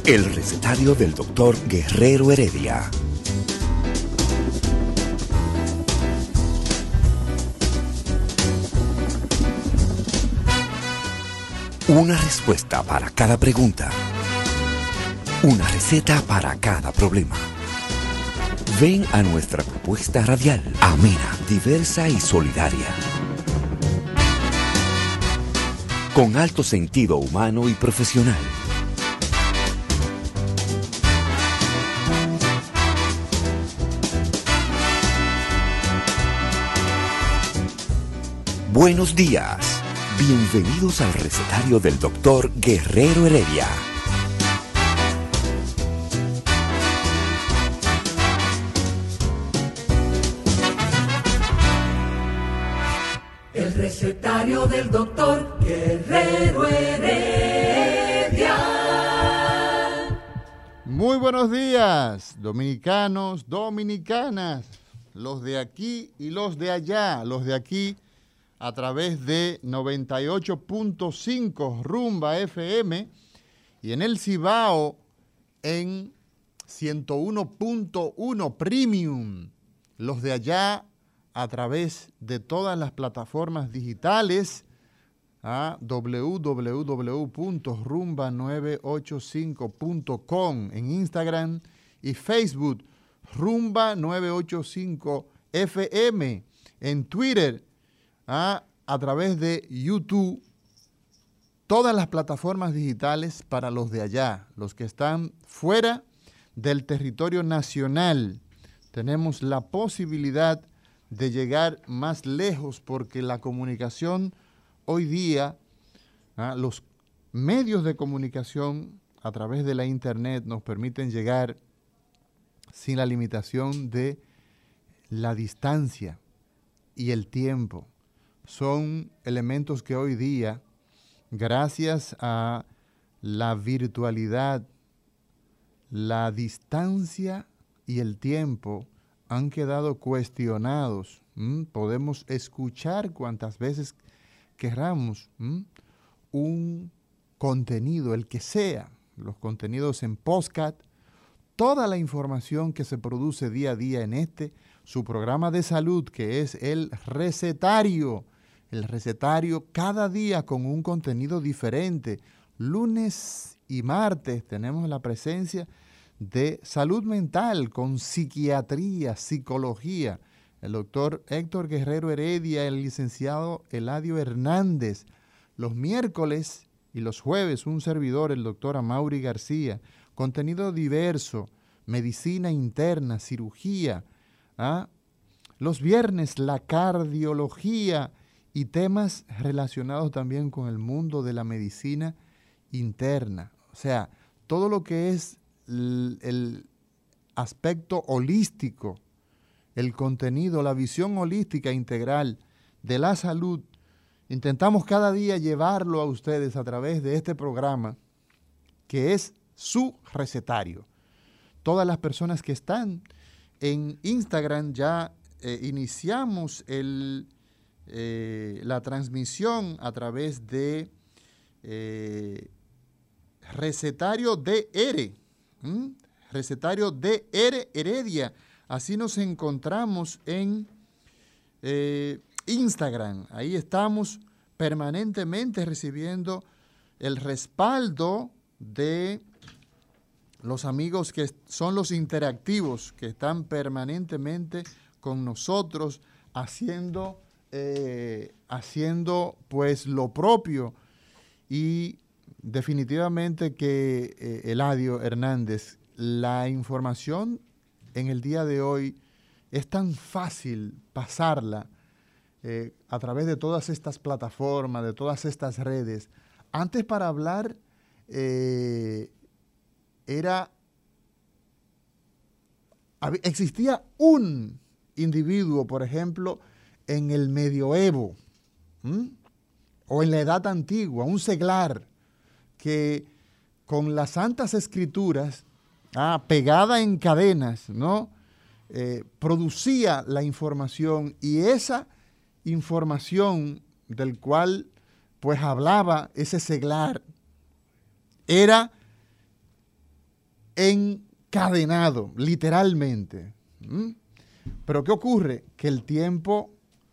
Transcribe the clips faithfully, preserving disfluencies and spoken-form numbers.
El recetario del doctor Guerrero Heredia. Una respuesta para cada pregunta. Una receta para cada problema. Ven a nuestra propuesta radial, amena, diversa y solidaria. Con alto sentido humano y profesional. Buenos días. Bienvenidos al recetario del doctor Guerrero Heredia. El recetario del doctor Guerrero Heredia. Muy buenos días, dominicanos, dominicanas, los de aquí y los de allá, los de aquí a través de noventa y ocho punto cinco Rumba F M y en el Cibao en ciento uno punto uno Premium, los de allá a través de todas las plataformas digitales a w w w punto rumba nueve ocho cinco punto com en Instagram y Facebook, Rumba nueve ocho cinco F M, en Twitter, a, a través de YouTube, todas las plataformas digitales para los de allá, los que están fuera del territorio nacional. Tenemos la posibilidad de llegar más lejos porque la comunicación hoy día, ¿ah? los medios de comunicación a través de la internet nos permiten llegar sin la limitación de la distancia y el tiempo. Son elementos que hoy día, gracias a la virtualidad, la distancia y el tiempo han quedado cuestionados. ¿Mm? Podemos escuchar cuantas veces queramos ¿Mm? un contenido, el que sea, los contenidos en podcast, toda la información que se produce día a día en este, su programa de salud, que es el recetario. El recetario cada día con un contenido diferente. Lunes y martes tenemos la presencia de salud mental con psiquiatría, psicología. El doctor Héctor Guerrero Heredia, el licenciado Eladio Hernández. Los miércoles y los jueves un servidor, el doctor Amaury García. Contenido diverso, medicina interna, cirugía. ¿ah? Los viernes la cardiología y temas relacionados también con el mundo de la medicina interna. O sea, todo lo que es el, el aspecto holístico, el contenido, la visión holística integral de la salud, intentamos cada día llevarlo a ustedes a través de este programa que es su recetario. Todas las personas que están en Instagram ya eh, iniciamos el... Eh, la transmisión a través de eh, recetario D R, ¿m? recetario D R Heredia. Así nos encontramos en eh, Instagram. Ahí estamos permanentemente recibiendo el respaldo de los amigos que son los interactivos, que están permanentemente con nosotros haciendo... Eh, haciendo pues lo propio y definitivamente que eh, Eladio Hernández, la información en el día de hoy es tan fácil pasarla eh, a través de todas estas plataformas, de todas estas redes. Antes para hablar eh, era existía un individuo, por ejemplo, en el medioevo, ¿m? o en la edad antigua, un seglar que con las santas escrituras, ah, pegada en cadenas, ¿no? Eh, producía la información y esa información del cual pues hablaba ese seglar era encadenado, literalmente. ¿Mm? Pero ¿qué ocurre? Que el tiempo,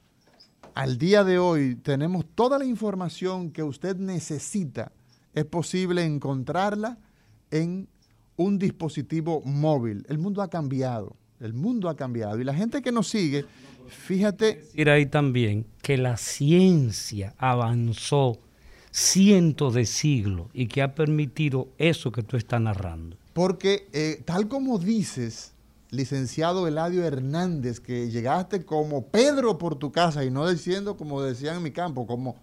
al día de hoy, tenemos toda la información que usted necesita. Es posible encontrarla en un dispositivo móvil. El mundo ha cambiado, el mundo ha cambiado. Y la gente que nos sigue, fíjate... decir ahí también que la ciencia avanzó cientos de siglos y que ha permitido eso que tú estás narrando. Porque eh, tal como dices, licenciado Eladio Hernández, que llegaste como Pedro por tu casa y no diciendo como decían en mi campo, como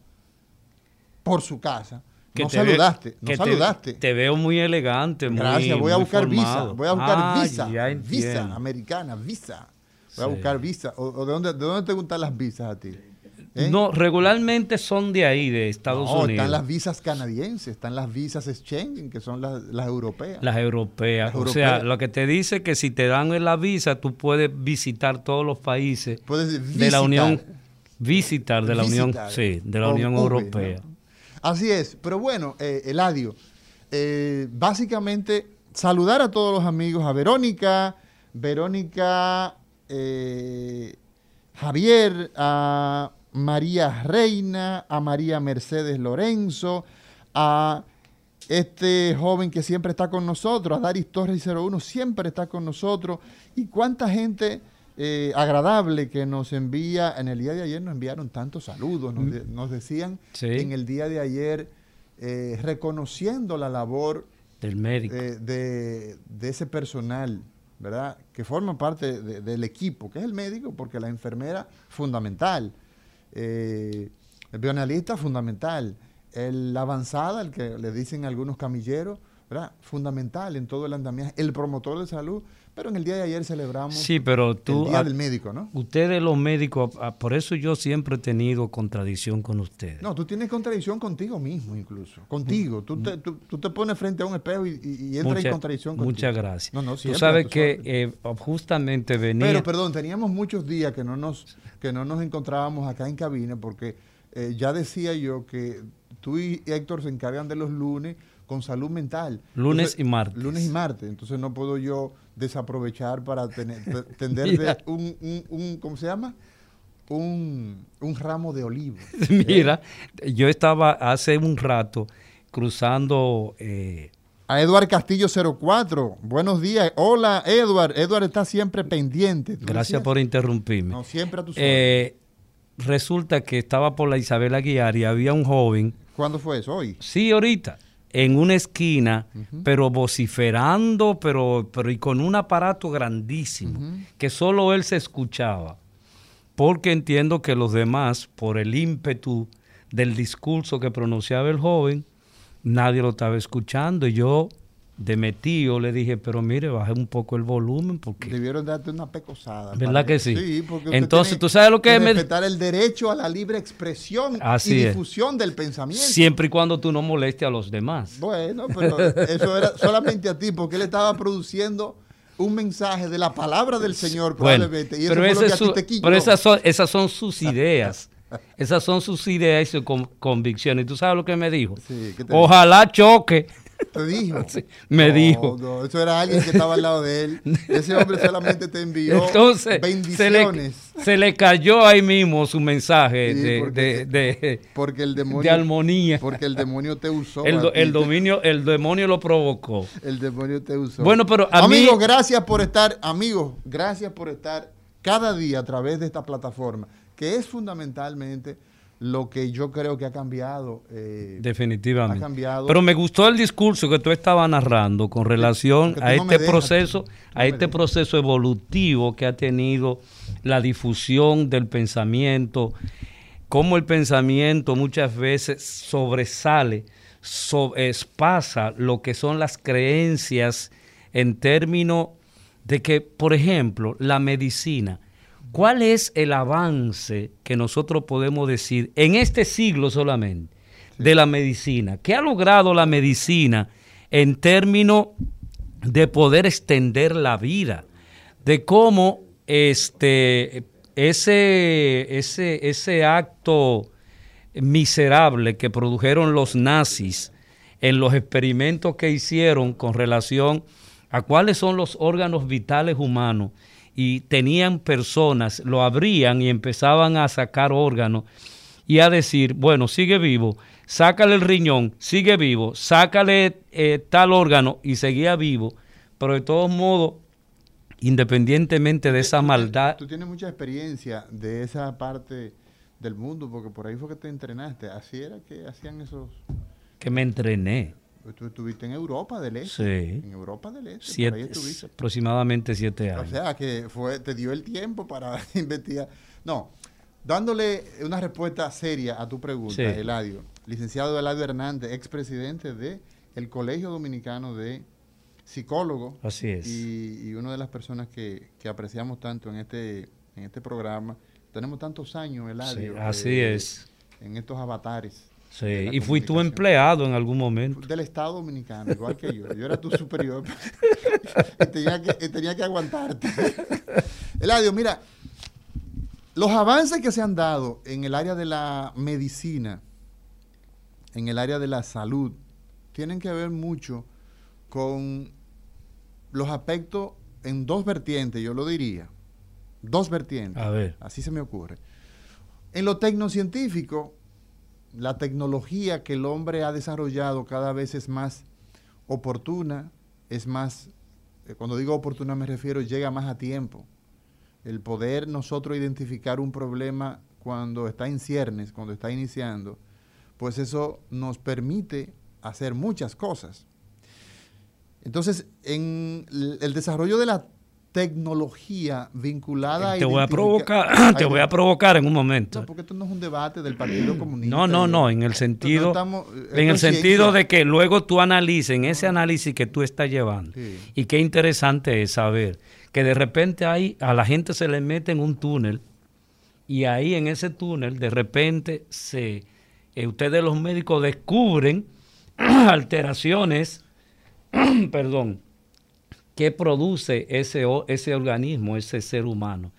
por su casa. Que no te saludaste, ve, no que saludaste. Te, te veo muy elegante, muy Gracias, voy a muy buscar formado. visa, voy a buscar ah, visa, ya visa americana, visa. Voy a Sí. buscar visa. ¿O, o de, dónde, de dónde te gustan las visas a ti? ¿Eh? No, regularmente son de ahí, de Estados No, Unidos. están las visas canadienses, están las visas Schengen, que son las, las europeas. Las europeas. Las o sea, europeas. lo que te dice que si te dan la visa, tú puedes visitar todos los países Puedes de visitar. la Unión, visitar de la Unión, Visitar. sí, de la Con Unión V, Europea. ¿no? Así es, pero bueno, eh, Eladio, eh, básicamente saludar a todos los amigos, a Verónica, Verónica, eh, Javier, a María Reina, a María Mercedes Lorenzo, a este joven que siempre está con nosotros, a Daris Torres cero uno, siempre está con nosotros, y cuánta gente eh, agradable que nos envía. En el día de ayer nos enviaron tantos saludos, nos, de, nos decían Sí. en el día de ayer, eh, reconociendo la labor Del médico. eh, de, de ese personal, ¿verdad? Que forma parte de, del equipo, que es el médico, porque la enfermera, fundamental. Eh, el bioanalista, fundamental. El avanzada, el que le dicen algunos camilleros, ¿verdad? Fundamental en todo el andamiaje. El promotor de salud, pero en el día de ayer celebramos Sí, pero tú, el Día a- del Médico, ¿no? ustedes los médicos, a- por eso yo siempre he tenido contradicción con ustedes. No, tú tienes contradicción contigo mismo incluso, contigo. Tú te, tú, tú te pones frente a un espejo y, y, y entras Mucha- en contradicción contigo. Muchas gracias. No, no, Tú siempre a sabes tus que órdenes. eh, justamente venía... Pero, perdón, teníamos muchos días que no nos, que no nos encontrábamos acá en cabina porque eh, ya decía yo que tú y Héctor se encargan de los lunes con salud mental. Lunes Entonces, y martes. Lunes y martes. Entonces no puedo yo desaprovechar para tener, te- tender Mira. de un, un, un, ¿cómo se llama? Un, un ramo de olivo. Mira, yo estaba hace un rato cruzando... eh, A Eduard Castillo cero cuatro. Buenos días. Hola, Eduard. Eduard está siempre pendiente. ¿Tú gracias decías? por interrumpirme. No, siempre a tus Eh, resulta que estaba por la Isabel Aguiar y había un joven, órdenes. ¿Cuándo fue eso? Hoy. sí, ahorita, en una esquina, pero vociferando, pero, pero y con un aparato grandísimo, que solo él se escuchaba. Porque entiendo que los demás, por el ímpetu del discurso que pronunciaba el joven, nadie lo estaba escuchando. Y yo, de metío, le dije, pero mire, baje un poco el volumen, porque... Debieron darte una pecosada. ¿Verdad para que sí? Sí, porque usted Entonces, tiene ¿tú sabes lo que me- respetar el derecho a la libre expresión Así y es. difusión del pensamiento. Siempre y cuando tú no molestes a los demás. Bueno, pero eso era solamente a ti, porque él estaba produciendo un mensaje de la palabra del Señor, Bueno, probablemente. Y eso pero, fue ese lo que es a ti su- te quilló. pero esas, son, esas son sus ideas. Esas son sus ideas y sus con- convicciones. ¿Y tú sabes lo que me dijo? Sí, ¿qué te Ojalá choque. ¿Te dijo? Sí, me No, dijo. no, eso era alguien que estaba al lado de él. Ese hombre solamente te envió Entonces, se le, bendiciones. se le cayó ahí mismo su mensaje Sí, de, porque- de, de- Porque el demonio, de armonía. porque el demonio te usó. El, a do- ti, el, te- dominio, el demonio lo provocó. El demonio te usó. Bueno, pero a mí- amigos, gracias por estar, amigos, gracias por estar cada día a través de esta plataforma, que es fundamentalmente lo que yo creo que ha cambiado. eh, Definitivamente. Ha cambiado. Pero me gustó el discurso que tú estabas narrando con relación porque tú a no me este dejas, proceso, tú no a me este dejas. proceso evolutivo que ha tenido la difusión del pensamiento, cómo el pensamiento muchas veces sobresale, so- espasa lo que son las creencias en términos de que, por ejemplo, la medicina. ¿Cuál es el avance que nosotros podemos decir en este siglo solamente de la medicina? ¿Qué ha logrado la medicina en términos de poder extender la vida? De cómo este, ese, ese, ese acto miserable que produjeron los nazis en los experimentos que hicieron con relación a cuáles son los órganos vitales humanos, y tenían personas, lo abrían y empezaban a sacar órganos y a decir, bueno, sigue vivo, sácale el riñón, sigue vivo, sácale eh, tal órgano, y seguía vivo, pero de todos modos, independientemente de esa maldad. Tú tienes mucha experiencia de esa parte del mundo, porque por ahí fue que te entrenaste. Así era que hacían esos... Que me entrené. Tú estuviste en Europa del Este. Sí. En Europa del Este. Siete, por ahí estuviste. Aproximadamente siete años. O sea, que fue, te dio el tiempo para investigar. No, dándole una respuesta seria a tu pregunta, sí. Eladio. Licenciado Eladio Hernández, expresidente del Colegio Dominicano de Psicólogos. Así es. Y, y una de las personas que, que apreciamos tanto en este, en este programa. Tenemos tantos años, Eladio. Sí, así eh, es. En estos avatares. Sí, y fui tu empleado en algún momento. Del Estado Dominicano, igual que yo. Yo era tu superior. y, tenía que, y tenía que aguantarte. Eladio, mira, los avances que se han dado en el área de la medicina, en el área de la salud, tienen que ver mucho con los aspectos en dos vertientes, yo lo diría. Dos vertientes. A ver. Así se me ocurre. En lo tecnocientífico, la tecnología que el hombre ha desarrollado cada vez es más oportuna, es más, eh, cuando digo oportuna me refiero, llega más a tiempo. El poder nosotros identificar un problema cuando está en ciernes, cuando está iniciando, pues eso nos permite hacer muchas cosas. Entonces, en el desarrollo de la tecnología vinculada a te voy a provocar te voy a provocar en un momento. No, porque esto no es un debate del Partido Comunista. No, no, no, en el sentido no estamos, en el sentido de que luego tú analices en ese análisis que tú estás llevando. Sí. Y qué interesante es saber que de repente ahí a la gente se le mete en un túnel, y ahí en ese túnel de repente se eh, ustedes los médicos descubren alteraciones perdón que produce ese, ese organismo, ese ser humano.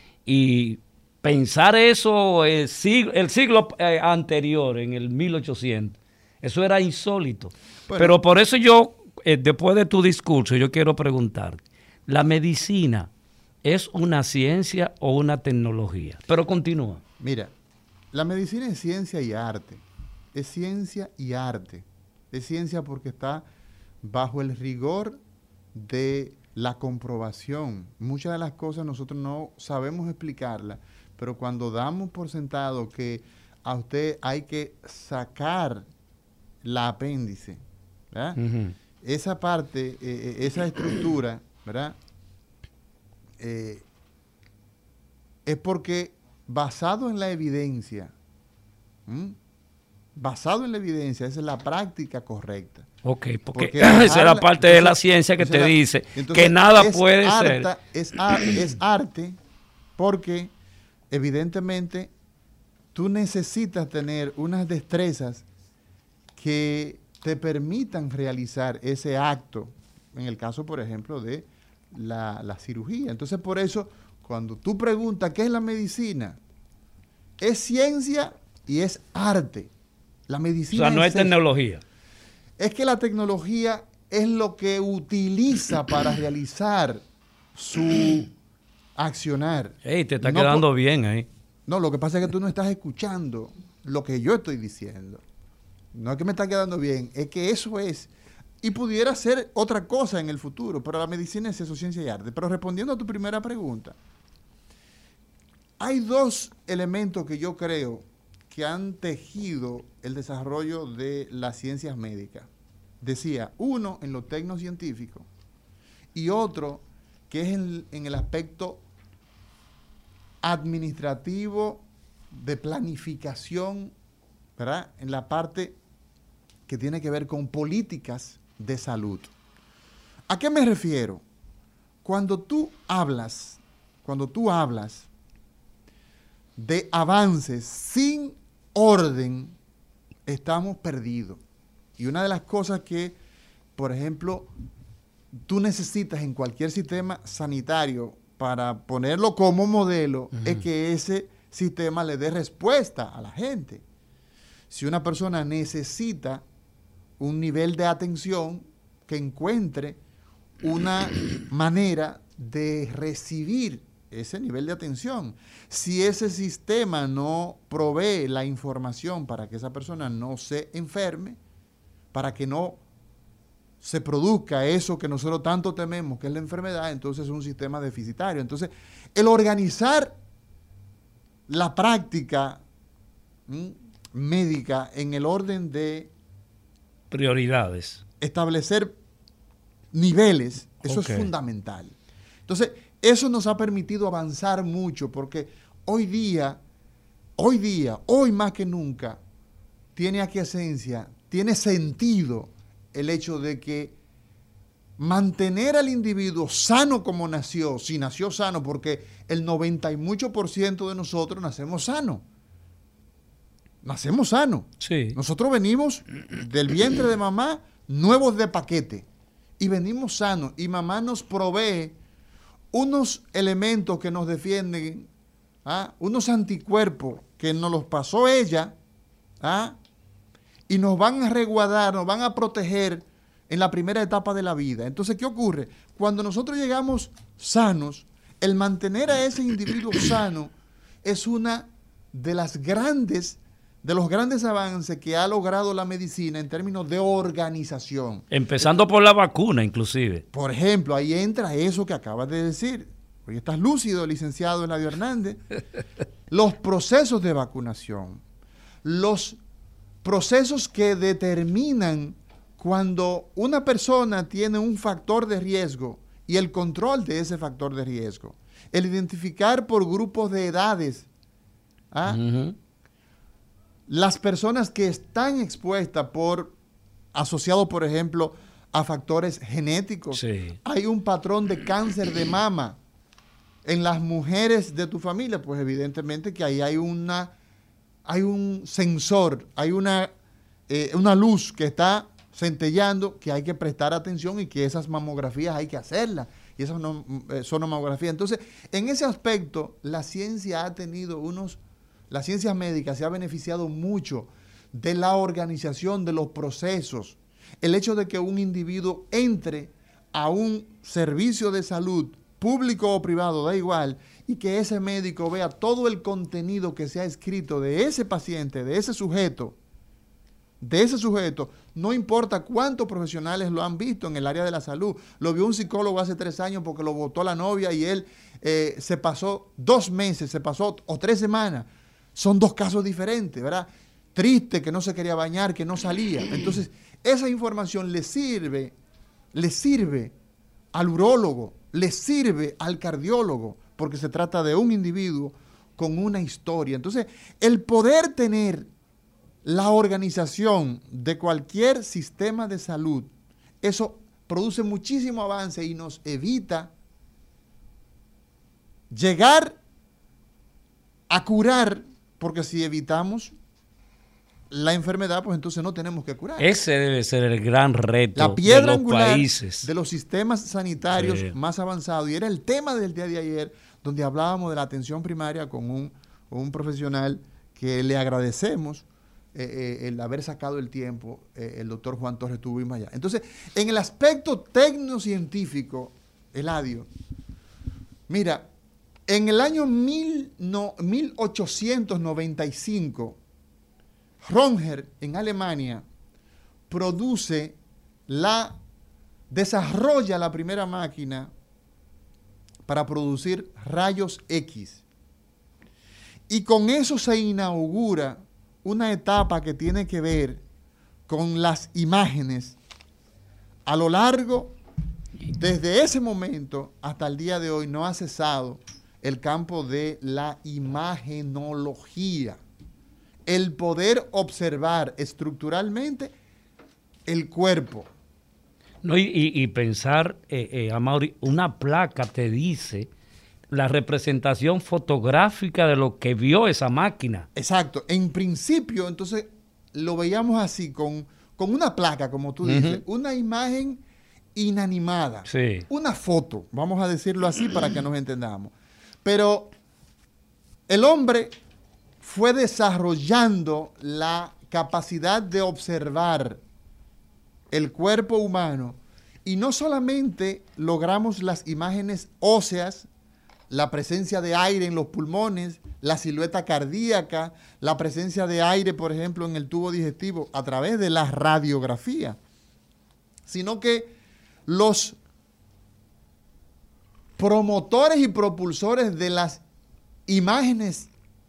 Y pensar eso el siglo, el siglo eh, anterior, en el mil ochocientos, eso era insólito. Bueno, pero por eso yo, eh, después de tu discurso, yo quiero preguntar, ¿la medicina es una ciencia o una tecnología? Pero continúa. Mira, la medicina es ciencia y arte. Es ciencia y arte. Es ciencia porque está bajo el rigor de la comprobación. Muchas de las cosas nosotros no sabemos explicarlas, pero cuando damos por sentado que a usted hay que sacar la apéndice, ¿verdad? Uh-huh. Esa parte, eh, esa estructura, ¿verdad? Eh, es porque basado en la evidencia, ¿m? basado en la evidencia, esa es la práctica correcta. Ok, porque, porque esa es la parte entonces, de la ciencia que te la, dice que nada puede harta, ser. Es, ar, es arte porque evidentemente tú necesitas tener unas destrezas que te permitan realizar ese acto, en el caso, por ejemplo, de la, la cirugía. Entonces, por eso, cuando tú preguntas qué es la medicina, es ciencia y es arte. La medicina o sea, no es, es tecnología. Es que la tecnología es lo que utiliza para realizar su accionar. Ey, te está no quedando por, bien ahí. No, lo que pasa es que tú no estás escuchando lo que yo estoy diciendo. No es que me está quedando bien, es que eso es. Y pudiera ser otra cosa en el futuro, pero la medicina es eso, ciencia y arte. Pero respondiendo a tu primera pregunta, hay dos elementos que yo creo que han tejido el desarrollo de las ciencias médicas. Decía, uno en lo tecnocientífico y otro que es en, en el aspecto administrativo de planificación, ¿verdad? En la parte que tiene que ver con políticas de salud. ¿A qué me refiero? Cuando tú hablas, cuando tú hablas de avances sin orden, estamos perdidos. Y una de las cosas que, por ejemplo, tú necesitas en cualquier sistema sanitario para ponerlo como modelo, uh-huh. es que ese sistema le dé respuesta a la gente. Si una persona necesita un nivel de atención, que encuentre una manera de recibir ese nivel de atención. Si ese sistema no provee la información para que esa persona no se enferme, para que no se produzca eso que nosotros tanto tememos, que es la enfermedad, entonces es un sistema deficitario. Entonces, el organizar la práctica ¿m? médica en el orden de prioridades, establecer niveles, eso okay. es fundamental. Entonces, eso nos ha permitido avanzar mucho, porque hoy día, hoy día, hoy más que nunca, tiene aquiescencia, tiene sentido el hecho de que mantener al individuo sano como nació, si nació sano, porque el noventa y mucho por ciento de nosotros nacemos sanos. Nacemos sanos. Sí. Nosotros venimos del vientre de mamá nuevos de paquete y venimos sanos, y mamá nos provee unos elementos que nos defienden, ¿ah? unos anticuerpos que nos los pasó ella, ¿ah? y nos van a resguardar, nos van a proteger en la primera etapa de la vida. Entonces, ¿qué ocurre? Cuando nosotros llegamos sanos, el mantener a ese individuo sano es una de las grandes, de los grandes avances que ha logrado la medicina en términos de organización. Empezando por la vacuna, inclusive. Por ejemplo, ahí entra eso que acabas de decir. Hoy estás lúcido, licenciado Eladio Hernández. Los procesos de vacunación, los procesos que determinan cuando una persona tiene un factor de riesgo y el control de ese factor de riesgo, el identificar por grupos de edades, ¿ah? Uh-huh. las personas que están expuestas por, asociado por ejemplo a factores genéticos. Sí. Hay un patrón de cáncer de mama en las mujeres de tu familia, pues evidentemente que ahí hay una, hay un sensor, hay una, eh, una luz que está centellando, que hay que prestar atención y que esas mamografías hay que hacerlas, y esas no, eh, son mamografías. Entonces, en ese aspecto, la ciencia ha tenido unos, la ciencia médica se ha beneficiado mucho de la organización de los procesos. El hecho de que un individuo entre a un servicio de salud, público o privado, da igual, y que ese médico vea todo el contenido que se ha escrito de ese paciente, de ese sujeto, de ese sujeto, no importa cuántos profesionales lo han visto en el área de la salud. Lo vio un psicólogo hace tres años porque lo votó la novia y él eh, se pasó dos meses, se pasó o tres semanas. Son dos casos diferentes, ¿verdad? Triste, que no se quería bañar, que no salía. Entonces, esa información le sirve, le sirve al urólogo, le sirve al cardiólogo, porque se trata de un individuo con una historia. Entonces, el poder tener la organización de cualquier sistema de salud, eso produce muchísimo avance y nos evita llegar a curar, porque si evitamos la enfermedad, pues entonces no tenemos que curar. Ese debe ser el gran reto la piedra de los angular países. de los sistemas sanitarios sí. más avanzados, y era el tema del día de ayer, donde hablábamos de la atención primaria con un, un profesional que le agradecemos eh, eh, el haber sacado el tiempo, eh, el doctor Juan Torres estuvimos allá. Entonces, en el aspecto tecnocientífico, Eladio, mira, en el año mil, no, mil ochocientos noventa y cinco, Röntgen en Alemania produce la, desarrolla la primera máquina para producir rayos X. Y con eso se inaugura una etapa que tiene que ver con las imágenes a lo largo, desde ese momento hasta el día de hoy, no ha cesado el campo de la imagenología. El poder observar estructuralmente el cuerpo. No, y, y, y pensar, eh, eh, Amaury, una placa te dice la representación fotográfica de lo que vio esa máquina. Exacto. En principio, entonces, lo veíamos así, con, con una placa, como tú dices, uh-huh. una imagen inanimada. Sí. Una foto, vamos a decirlo así para que nos entendamos. Pero el hombre fue desarrollando la capacidad de observar el cuerpo humano Y no solamente logramos las imágenes óseas, la presencia de aire en los pulmones, la silueta cardíaca, la presencia de aire, por ejemplo, en el tubo digestivo, a través de la radiografía, sino que los promotores y propulsores de las imágenes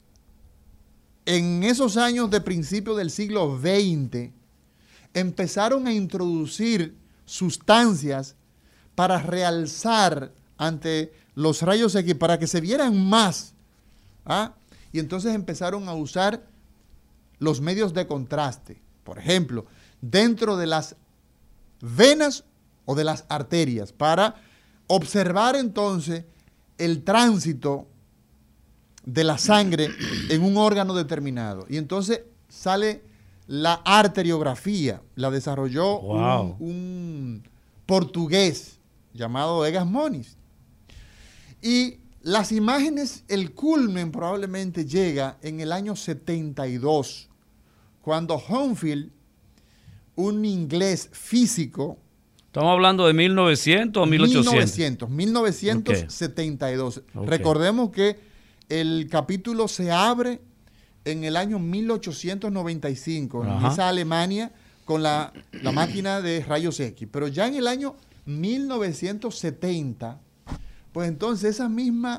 en esos años de principio del siglo veinte empezaron a introducir sustancias para realzar ante los rayos X, para que se vieran más. ¿ah? Y entonces empezaron a usar los medios de contraste. Por ejemplo, dentro de las venas o de las arterias, para observar entonces el tránsito de la sangre en un órgano determinado. Y entonces sale la arteriografía. La desarrolló wow. un, un portugués llamado Egas Moniz. Y las imágenes, el culmen probablemente llega en el año setenta y dos, cuando Hounsfield, un inglés físico... ¿Estamos hablando de mil novecientos o mil ochocientos? mil novecientos setenta y dos. Okay. Okay. Recordemos que el capítulo se abre en el año mil ochocientos noventa y cinco, Ajá. en esa Alemania, con la, la máquina de rayos X. Pero ya en el año mil novecientos setenta, pues entonces esa misma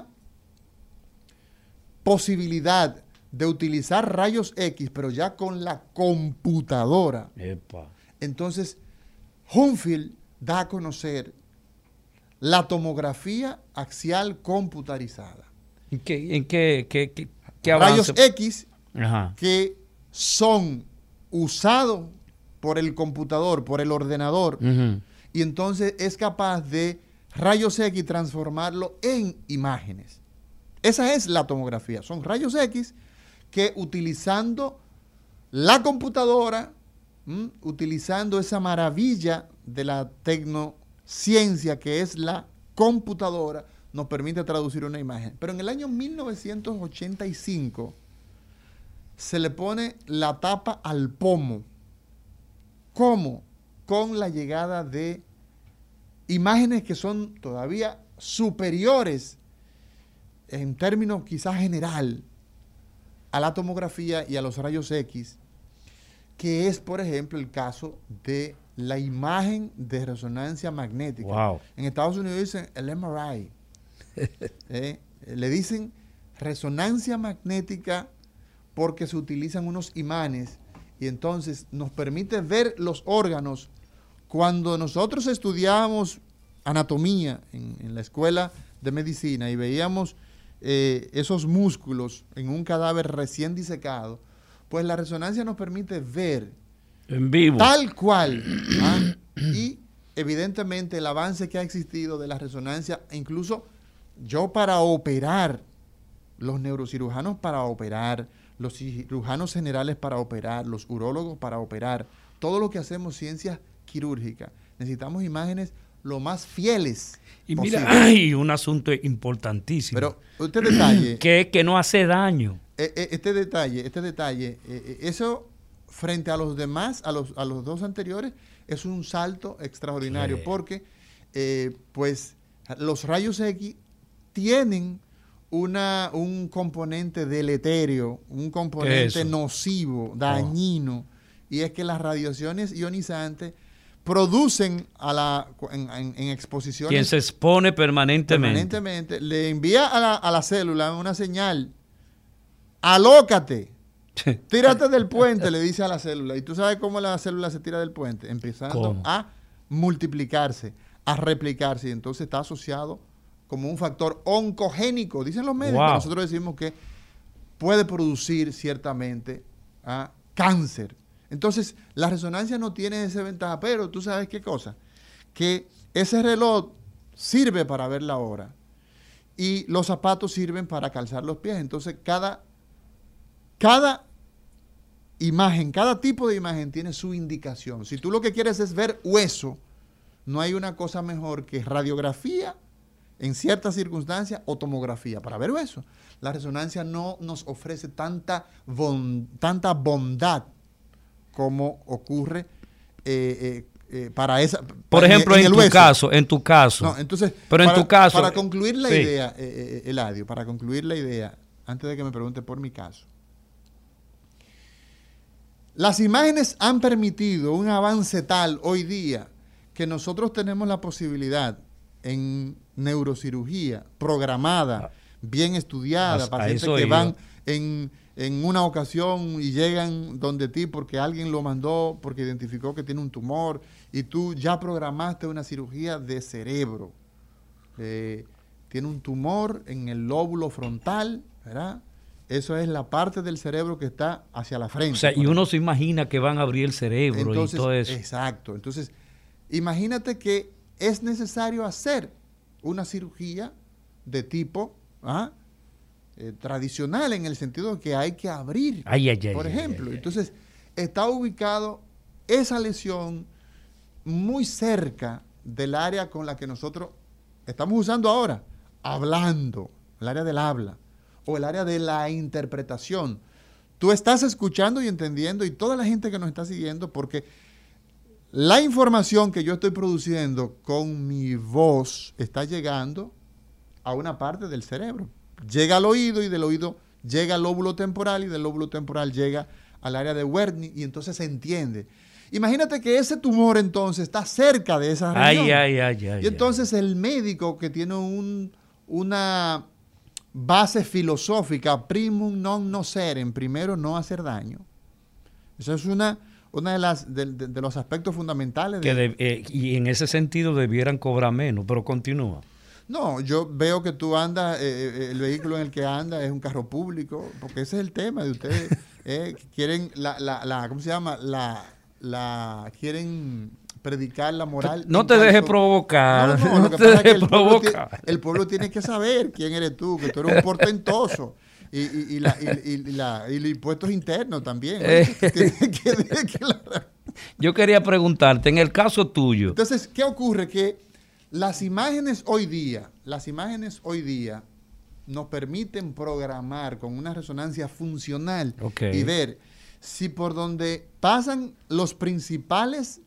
posibilidad de utilizar rayos X, pero ya con la computadora. Epa. Entonces, Hounsfield da a conocer la tomografía axial computarizada. ¿En qué, en qué, qué, qué, qué Rayos X Ajá. que son usados por el computador, por el ordenador, uh-huh. y entonces es capaz de rayos X transformarlo en imágenes. Esa es la tomografía. Son rayos X que utilizando la computadora, ¿m? utilizando esa maravilla de la tecnociencia que es la computadora, nos permite traducir una imagen. Pero en el año mil novecientos ochenta y cinco se le pone la tapa al pomo. ¿Cómo? Con la llegada de imágenes que son todavía superiores en términos quizás general a la tomografía y a los rayos X, que es, por ejemplo, el caso de la imagen de resonancia magnética. Wow. En Estados Unidos dicen el M R I. eh, le dicen resonancia magnética porque se utilizan unos imanes y entonces nos permite ver los órganos. Cuando nosotros estudiábamos anatomía en, en la escuela de medicina y veíamos eh, esos músculos en un cadáver recién disecado, pues la resonancia nos permite ver en vivo tal cual. ¿ah? Y evidentemente el avance que ha existido de la resonancia, incluso yo para operar, los neurocirujanos para operar, los cirujanos generales para operar, los urólogos para operar, todo lo que hacemos ciencias quirúrgicas, necesitamos imágenes lo más fieles y posible. Mira, hay un asunto importantísimo. Pero este detalle... que es que no hace daño. Este detalle, este detalle, eso frente a los demás, a los, a los dos anteriores, es un salto extraordinario, sí. porque eh, pues los rayos X tienen una, un componente deleterio, un componente nocivo, dañino, oh. y es que las radiaciones ionizantes producen a la, en, en, en exposiciones... Quien se expone permanentemente. Permanentemente, le envía a la, a la célula una señal, alócate, tírate del puente, le dice a la célula. ¿Y tú sabes cómo la célula se tira del puente? Empezando ¿Cómo? a multiplicarse, a replicarse, y entonces está asociado como un factor oncogénico, dicen los médicos. Wow. Nosotros decimos que puede producir ciertamente ¿ah? cáncer. Entonces, la resonancia no tiene esa ventaja, pero tú sabes qué cosa, que ese reloj sirve para ver la hora y los zapatos sirven para calzar los pies. Entonces, cada, cada imagen, cada tipo de imagen tiene su indicación. Si tú lo que quieres es ver hueso, no hay una cosa mejor que radiografía en ciertas circunstancias o tomografía para ver hueso. La resonancia no nos ofrece tanta, bon, tanta bondad como ocurre eh, eh, eh, para esa... Por para, ejemplo, en, en tu hueso. caso, en tu caso. No, entonces, pero en para, tu caso... Para concluir la sí. idea, eh, eh, Eladio, para concluir la idea, antes de que me pregunte por mi caso. Las imágenes han permitido un avance tal hoy día que nosotros tenemos la posibilidad en neurocirugía programada, bien estudiada, a, pacientes a que iba. van en, en una ocasión y llegan donde ti porque alguien lo mandó, porque identificó que tiene un tumor y tú ya programaste una cirugía de cerebro. Eh, tiene un tumor en el lóbulo frontal, ¿verdad? Eso es la parte del cerebro que está hacia la frente. O sea, y uno se imagina que van a abrir el cerebro Entonces, y todo eso. Exacto. Entonces, imagínate que es necesario hacer una cirugía de tipo ¿ah? eh, tradicional, en el sentido de que hay que abrir, ay, ay, ay, por ay, ejemplo. ay, ay. Entonces, está ubicado esa lesión muy cerca del área con la que nosotros estamos usando ahora, hablando, el área del habla, o el área de la interpretación. Tú estás escuchando y entendiendo, y toda la gente que nos está siguiendo, porque la información que yo estoy produciendo con mi voz está llegando a una parte del cerebro. Llega al oído y del oído llega al lóbulo temporal y del lóbulo temporal llega al área de Wernicke y entonces se entiende. Imagínate que ese tumor entonces está cerca de esa región. Ay, ay, ay, ay. Y entonces ay. el médico que tiene un, una base filosófica, primum non nocere, primero no hacer daño. Eso es una, una de, las, de, de, de los aspectos fundamentales. Que de, de, eh, y en ese sentido debieran cobrar menos, pero continúa. No, yo veo que tú andas, eh, el vehículo en el que andas es un carro público, porque ese es el tema de ustedes. eh, quieren la, la, la, ¿cómo se llama? La, la, quieren predicar la moral. No te dejes provocar. No, no, no lo que te pasa es que dejes el pueblo, provocar. tiene, el pueblo tiene que saber quién eres tú, que tú eres un portentoso. Y, y, y, la, y, y, la, y los impuestos internos también. Eh. Que, que, que la... Yo quería preguntarte, en el caso tuyo. Entonces, ¿qué ocurre? Que las imágenes hoy día, las imágenes hoy día nos permiten programar con una resonancia funcional okay. y ver si por donde pasan los principales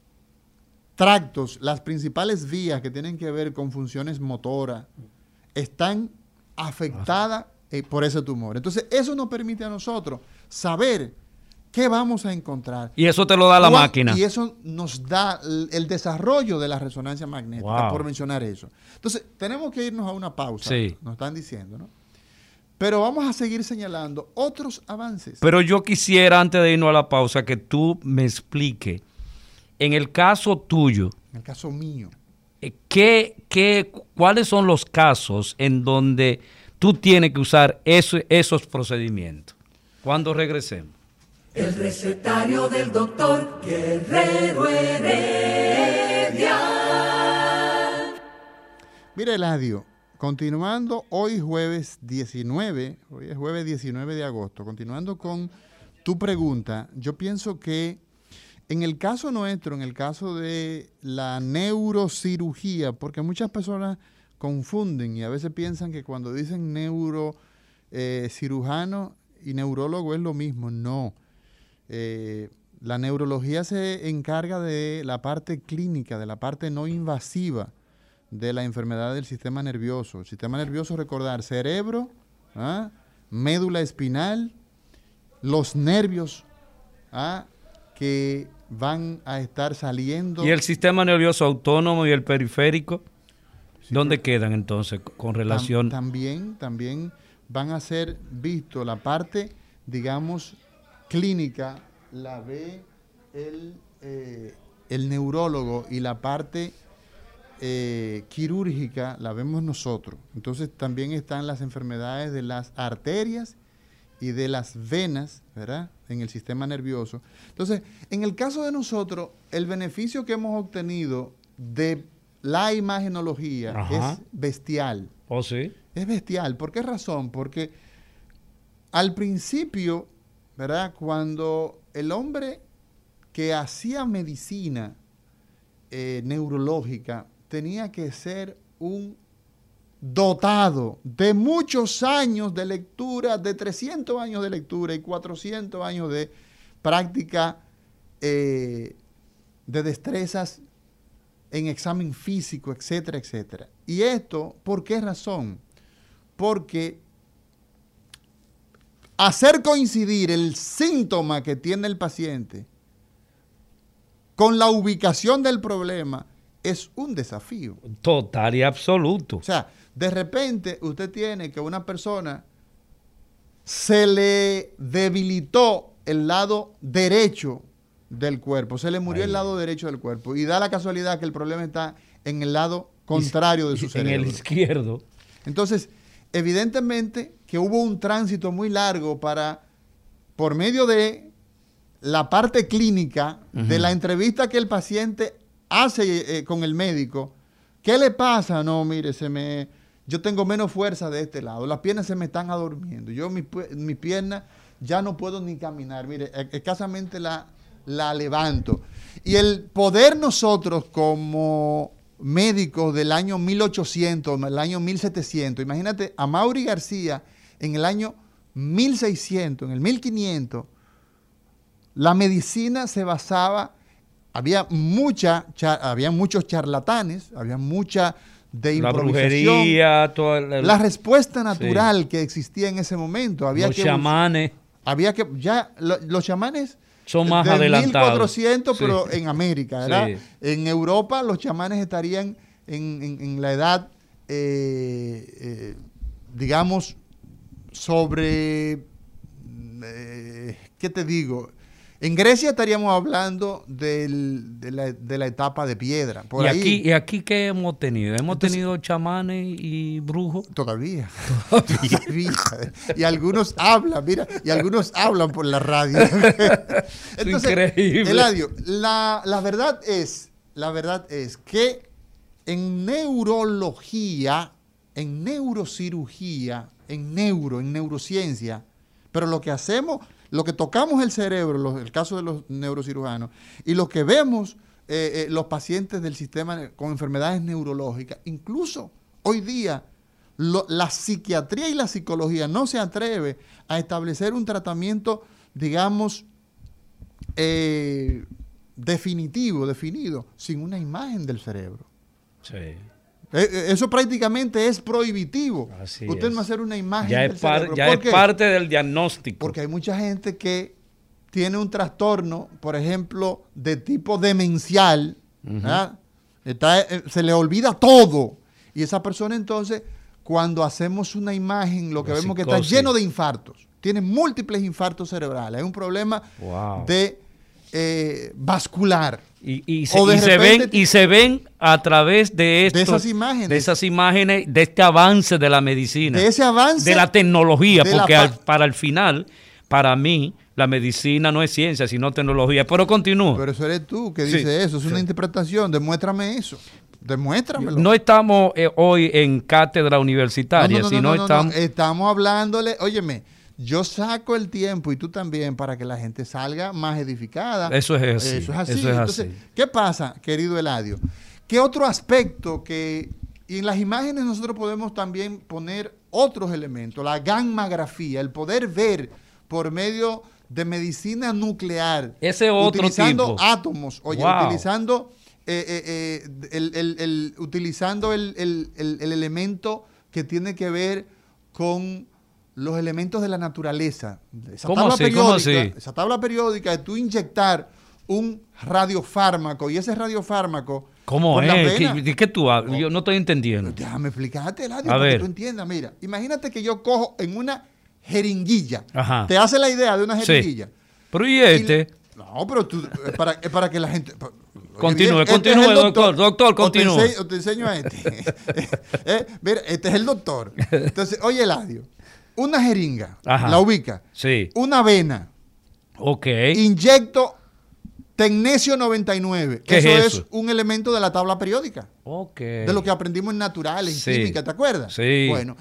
tractos, las principales vías que tienen que ver con funciones motoras, están afectadas eh, por ese tumor. Entonces, eso nos permite a nosotros saber qué vamos a encontrar. Y eso te lo da la ¿Cuál? máquina. Y eso nos da el, el desarrollo de la resonancia magnética, wow. por mencionar eso. Entonces, tenemos que irnos a una pausa, sí. nos están diciendo, ¿no? Pero vamos a seguir señalando otros avances. Pero yo quisiera, antes de irnos a la pausa, que tú me expliques, en el caso tuyo, en el caso mío, ¿qué, qué, ¿cuáles son los casos en donde tú tienes que usar eso, esos procedimientos? Cuando regresemos. El recetario del doctor Guerrero Heredia. Mira, Eladio, continuando hoy jueves diecinueve, hoy es jueves diecinueve de agosto, continuando con tu pregunta, yo pienso que en el caso nuestro, en el caso de la neurocirugía, porque muchas personas confunden y a veces piensan que cuando dicen neurocirujano eh, y neurólogo es lo mismo. No. Eh, la neurología se encarga de la parte clínica, de la parte no invasiva de la enfermedad del sistema nervioso. El sistema nervioso, recordar, cerebro, ¿ah? médula espinal, los nervios, ¿ah? que van a estar saliendo. ¿Y el sistema nervioso autónomo y el periférico? Sí, ¿dónde quedan entonces con relación? Tam, también, también van a ser visto la parte, digamos, clínica, la ve el, eh, el neurólogo, y la parte eh, quirúrgica la vemos nosotros. Entonces también están las enfermedades de las arterias y de las venas, ¿verdad?, en el sistema nervioso. Entonces, en el caso de nosotros, el beneficio que hemos obtenido de la imagenología Ajá. es bestial. ¿Oh, sí? Es bestial. ¿Por qué razón? Porque al principio, ¿verdad?, cuando el hombre que hacía medicina eh, neurológica tenía que ser un dotado de muchos años de lectura, de trescientos años de lectura y cuatrocientos años de práctica eh, de destrezas en examen físico, etcétera, etcétera. ¿Y esto por qué razón? Porque hacer coincidir el síntoma que tiene el paciente con la ubicación del problema es un desafío. Total y absoluto. O sea, de repente usted tiene que una persona se le debilitó el lado derecho del cuerpo, se le murió Ahí. el lado derecho del cuerpo y da la casualidad que el problema está en el lado contrario de su cerebro. En el izquierdo. Entonces, evidentemente que hubo un tránsito muy largo para, por medio de la parte clínica, uh-huh. de la entrevista que el paciente hace eh, con el médico. ¿Qué le pasa? No, mire, se me, yo tengo menos fuerza de este lado, las piernas se me están adormiendo, yo mi, mi pierna ya no puedo ni caminar, mire, escasamente la, la levanto. Y el poder nosotros como médicos del año mil ochocientos, el año mil setecientos, imagínate a Mauri García en el año mil seiscientos, en el mil quinientos, la medicina se basaba, había mucha, había muchos charlatanes, había mucha de improvisación. La brujería, toda la, la respuesta natural sí. que existía en ese momento. Había los que, chamanes. Había que, ya, lo, los chamanes son más de adelantados. mil cuatrocientos, sí. pero en América, ¿verdad? Sí. En Europa los chamanes estarían en, en, en la edad, eh, eh, digamos, sobre, eh, ¿qué te digo? En Grecia estaríamos hablando del, de, la, de la etapa de piedra. Por ¿Y, ahí, aquí, ¿Y aquí qué hemos tenido? ¿Hemos entonces, tenido chamanes y brujos? Todavía. Todavía. Y algunos hablan, mira, y algunos hablan por la radio. Entonces, increíble. Eladio, la, la verdad es, la verdad es que en neurología, en neurocirugía, en neuro, en neurociencia, pero lo que hacemos... Lo que tocamos el cerebro, los, el caso de los neurocirujanos, y lo que vemos eh, eh, los pacientes del sistema con enfermedades neurológicas, incluso hoy día lo, la psiquiatría y la psicología no se atreve a establecer un tratamiento, digamos, eh, definitivo, definido, sin una imagen del cerebro. Sí. Eso prácticamente es prohibitivo. Así Usted es. no hacer una imagen ya del es par, cerebro. Ya es parte del diagnóstico. Porque hay mucha gente que tiene un trastorno, por ejemplo, de tipo demencial, uh-huh. Está, se le olvida todo. Y esa persona entonces, cuando hacemos una imagen, lo que La vemos psicosis. Que está lleno de infartos. Tiene múltiples infartos cerebrales. Hay un problema wow. de eh, vascular. Y, y, se, y, se ven, y se ven a través de, esto, de esas imágenes. De esas imágenes, de este avance de la medicina. De ese avance. De la tecnología, de porque la al, para el final, para mí, la medicina no es ciencia, sino tecnología. Pero continúa. Pero eso eres tú que dices sí, eso, es sí. una interpretación. Demuéstrame eso. Demuéstramelo. No estamos eh, hoy en cátedra universitaria, no, no, no, sino no, no, estamos... No. Estamos hablándole, óyeme, yo saco el tiempo y tú también para que la gente salga más edificada. Eso es así. Eso es así. Eso es Entonces, así. ¿qué pasa, querido Eladio? ¿Qué otro aspecto que... Y en las imágenes nosotros podemos también poner otros elementos, la gammagrafía, el poder ver por medio de medicina nuclear. Ese otro utilizando tipo. átomos, oye, wow. utilizando, eh, eh, eh, el, el, el, utilizando el, el, el, el elemento que tiene que ver con los elementos de la naturaleza. Esa ¿Cómo tabla así? periódica, ¿Cómo así? Esa tabla periódica de tú inyectar un radiofármaco y ese radiofármaco... ¿Cómo es? ¿Qué, ¿De qué tú hablas? Yo no estoy entendiendo. Déjame explicarte, Eladio, A para ver. que tú entiendas. Mira, imagínate que yo cojo en una jeringuilla. Ajá. ¿Te hace la idea de una jeringuilla? Sí. Pero ¿y este? Y le, no, pero tú, es para, es para que la gente... Continúe, este continúe, es el doctor. Doctor, continúe. O te enseño, o te enseño a este. eh, mira, este es el doctor. Entonces, oye, Eladio, una jeringa, Ajá. la ubica. Sí. Una vena. Ok. Inyecto tecnesio noventa y nueve. ¿Qué eso es es eso? un elemento de la tabla periódica. Ok. De lo que aprendimos en naturales, en Sí. química, ¿te acuerdas? Sí. Bueno,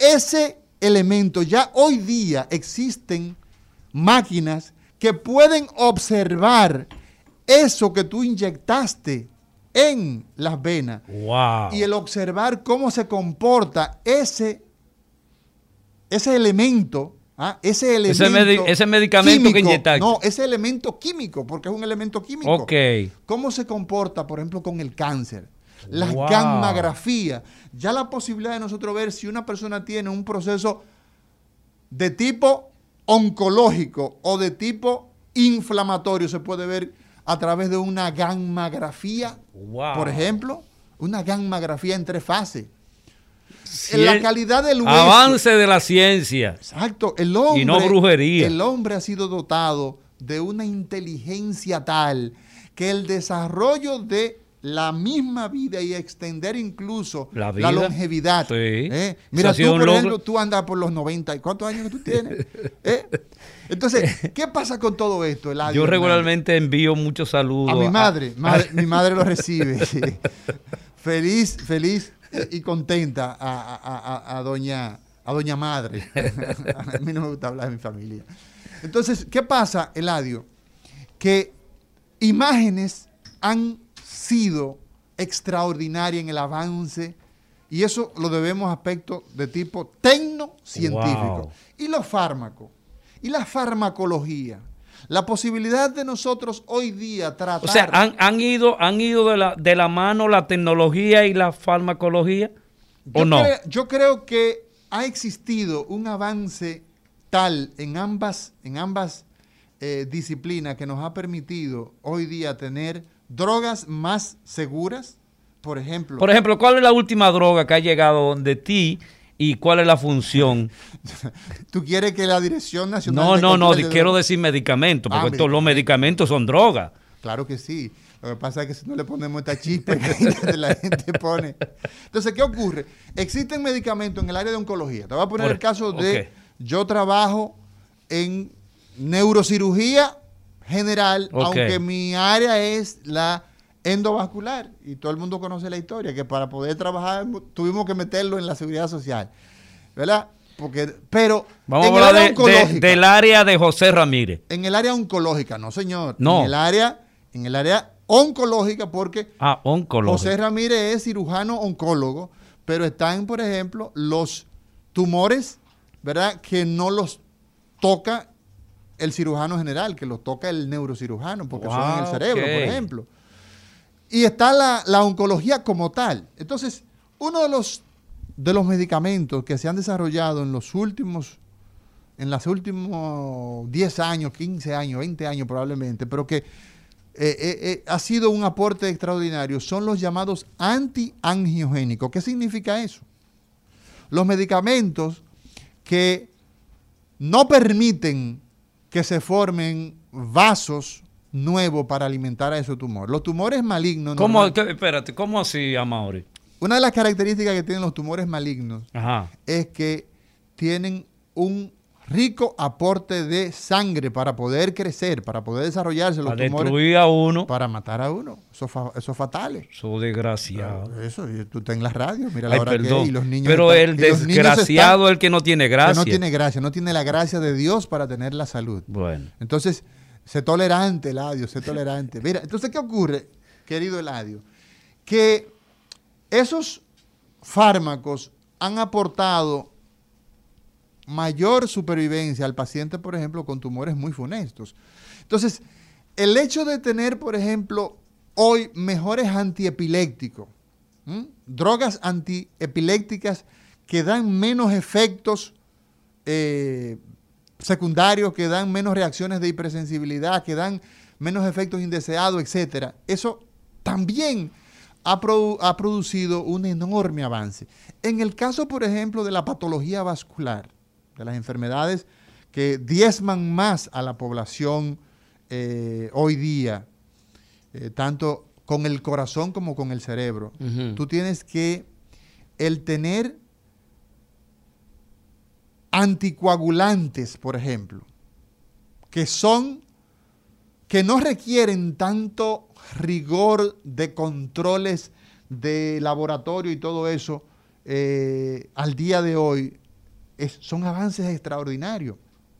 ese elemento, ya hoy día existen máquinas que pueden observar eso que tú inyectaste en las venas. Wow. Y el observar cómo se comporta ese, ese elemento ¿ah? Ese elemento ese, medi ese medicamento químico, que inyectar. No, ese elemento químico, porque es un elemento químico. Ok. ¿Cómo se comporta, por ejemplo, con el cáncer? Las Wow. gammagrafías. Ya la posibilidad de nosotros ver si una persona tiene un proceso de tipo oncológico o de tipo inflamatorio se puede ver a través de una gammagrafía, Wow. por ejemplo, una gammagrafía en tres fases. Cien... En la calidad del hueso. Avance de la ciencia. Exacto. El hombre, y no brujería. El hombre ha sido dotado de una inteligencia tal que el desarrollo de la misma vida y extender incluso la, vida. la longevidad. Sí. ¿eh? Mira, tú, por logro. ejemplo, tú andas por los noventa. ¿Y cuántos años que tú tienes? ¿Eh? Entonces, ¿qué pasa con todo esto, Eladio? Yo regularmente Hernández? envío muchos saludos. A mi madre. A... madre mi madre lo recibe. Feliz, feliz y contenta a, a, a, a, doña, a doña madre. A mí no me gusta hablar de mi familia. Entonces, ¿qué pasa, Eladio? Que imágenes han sido extraordinarias en el avance y eso lo debemos a aspectos de tipo tecnocientífico. Wow. Y los fármacos, y la farmacología. La posibilidad de nosotros hoy día tratar... O sea, ¿han, han ido, han ido de, la, de la mano la tecnología y la farmacología? ¿O yo no? Creo, yo creo que ha existido un avance tal en ambas, en ambas eh, disciplinas que nos ha permitido hoy día tener drogas más seguras. Por ejemplo... Por ejemplo, ¿cuál es la última droga que ha llegado de ti y cuál es la función? ¿Tú quieres que la Dirección Nacional No, de no, no, Control de quiero Drogas? decir medicamentos, porque Ah, estos, los medicamentos son drogas. Claro que sí. Lo que pasa es que si no le ponemos esta chispa que la gente pone. Entonces, ¿qué ocurre? Existen medicamentos en el área de oncología. Te voy a poner Por, el caso de... okay. Yo trabajo en neurocirugía general, Okay. aunque mi área es la endovascular. Y todo el mundo conoce la historia, que para poder trabajar tuvimos que meterlo en la seguridad social. ¿Verdad? Porque, pero Vamos en a el hablar área de, de, del área de José Ramírez. En el área oncológica, no señor. No. En el área, en el área oncológica, porque ah, oncológica. José Ramírez es cirujano oncólogo, pero están, por ejemplo, los tumores, ¿verdad? Que no los toca el cirujano general, que los toca el neurocirujano, porque wow, son en el cerebro, okay. por ejemplo. Y está la, la oncología como tal. Entonces, uno de los de los medicamentos que se han desarrollado en los últimos, en los últimos diez años, quince años, veinte años probablemente, pero que eh, eh, eh, ha sido un aporte extraordinario, son los llamados antiangiogénicos. ¿Qué significa eso? Los medicamentos que no permiten que se formen vasos nuevos para alimentar a esos tumores. Los tumores malignos... ¿Cómo, normal, que, espérate, ¿cómo así, Amaury? Una de las características que tienen los tumores malignos Ajá. es que tienen un rico aporte de sangre para poder crecer, para poder desarrollarse los para tumores. Para destruir a uno. Para matar a uno. Eso, fa, eso es fatal. Eso desgraciado. Eso, tú estás en las radios, mira Ay, la hora perdón. que es, y los niños Pero están, el desgraciado es el que no tiene gracia. Que no tiene gracia, no tiene la gracia de Dios para tener la salud. Bueno. Entonces, sé tolerante, Eladio, sé tolerante. Mira, entonces, ¿qué ocurre, querido Eladio? Que esos fármacos han aportado mayor supervivencia al paciente, por ejemplo, con tumores muy funestos. Entonces, el hecho de tener, por ejemplo, hoy mejores antiepilépticos, ¿m? drogas antiepilépticas que dan menos efectos eh, secundarios, que dan menos reacciones de hipersensibilidad, que dan menos efectos indeseados, etcétera. Eso también ha, produ ha producido un enorme avance. En el caso, por ejemplo, de la patología vascular, de las enfermedades que diezman más a la población eh, hoy día, eh, tanto con el corazón como con el cerebro, uh-huh. tú tienes que el tener anticoagulantes, por ejemplo, que son, que no requieren tanto rigor de controles de laboratorio y todo eso, eh, al día de hoy, es, son avances extraordinarios.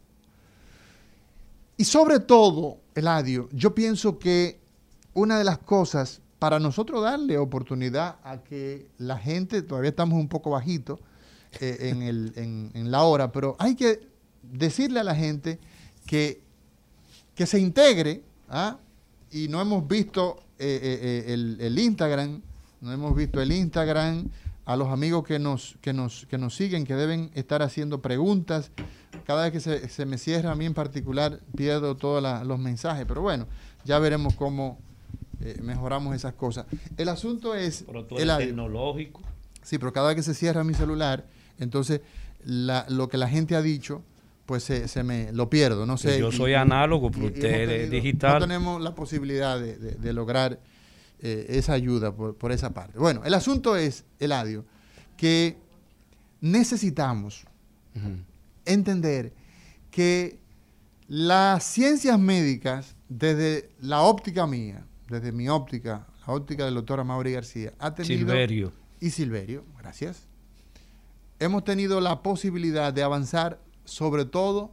Y sobre todo, Eladio, yo pienso que una de las cosas, para nosotros darle oportunidad a que la gente, todavía estamos un poco bajitos, Eh, en, el, en, en la hora, pero hay que decirle a la gente que, que se integre, ¿ah? Y no hemos visto eh, eh, el, el Instagram, no hemos visto el Instagram, a los amigos que nos, que nos, que nos siguen, que deben estar haciendo preguntas. Cada vez que se, se me cierra a mí en particular, pierdo todos la, los mensajes, pero bueno, ya veremos cómo eh, mejoramos esas cosas. El asunto es... Pero tú eres tecnológico. Sí, pero cada vez que se cierra mi celular, entonces la, lo que la gente ha dicho, pues se, se me lo pierdo, no sé. Yo soy y, análogo, pero y, usted y es digital. No tenemos la posibilidad de, de, de lograr eh, esa ayuda por, por esa parte. Bueno, el asunto es, Eladio, que necesitamos uh-huh. entender que las ciencias médicas, desde la óptica mía, desde mi óptica, la óptica del doctor Amaury García, ha tenido... Silverio. Y Silverio, gracias. Hemos tenido la posibilidad de avanzar sobre todo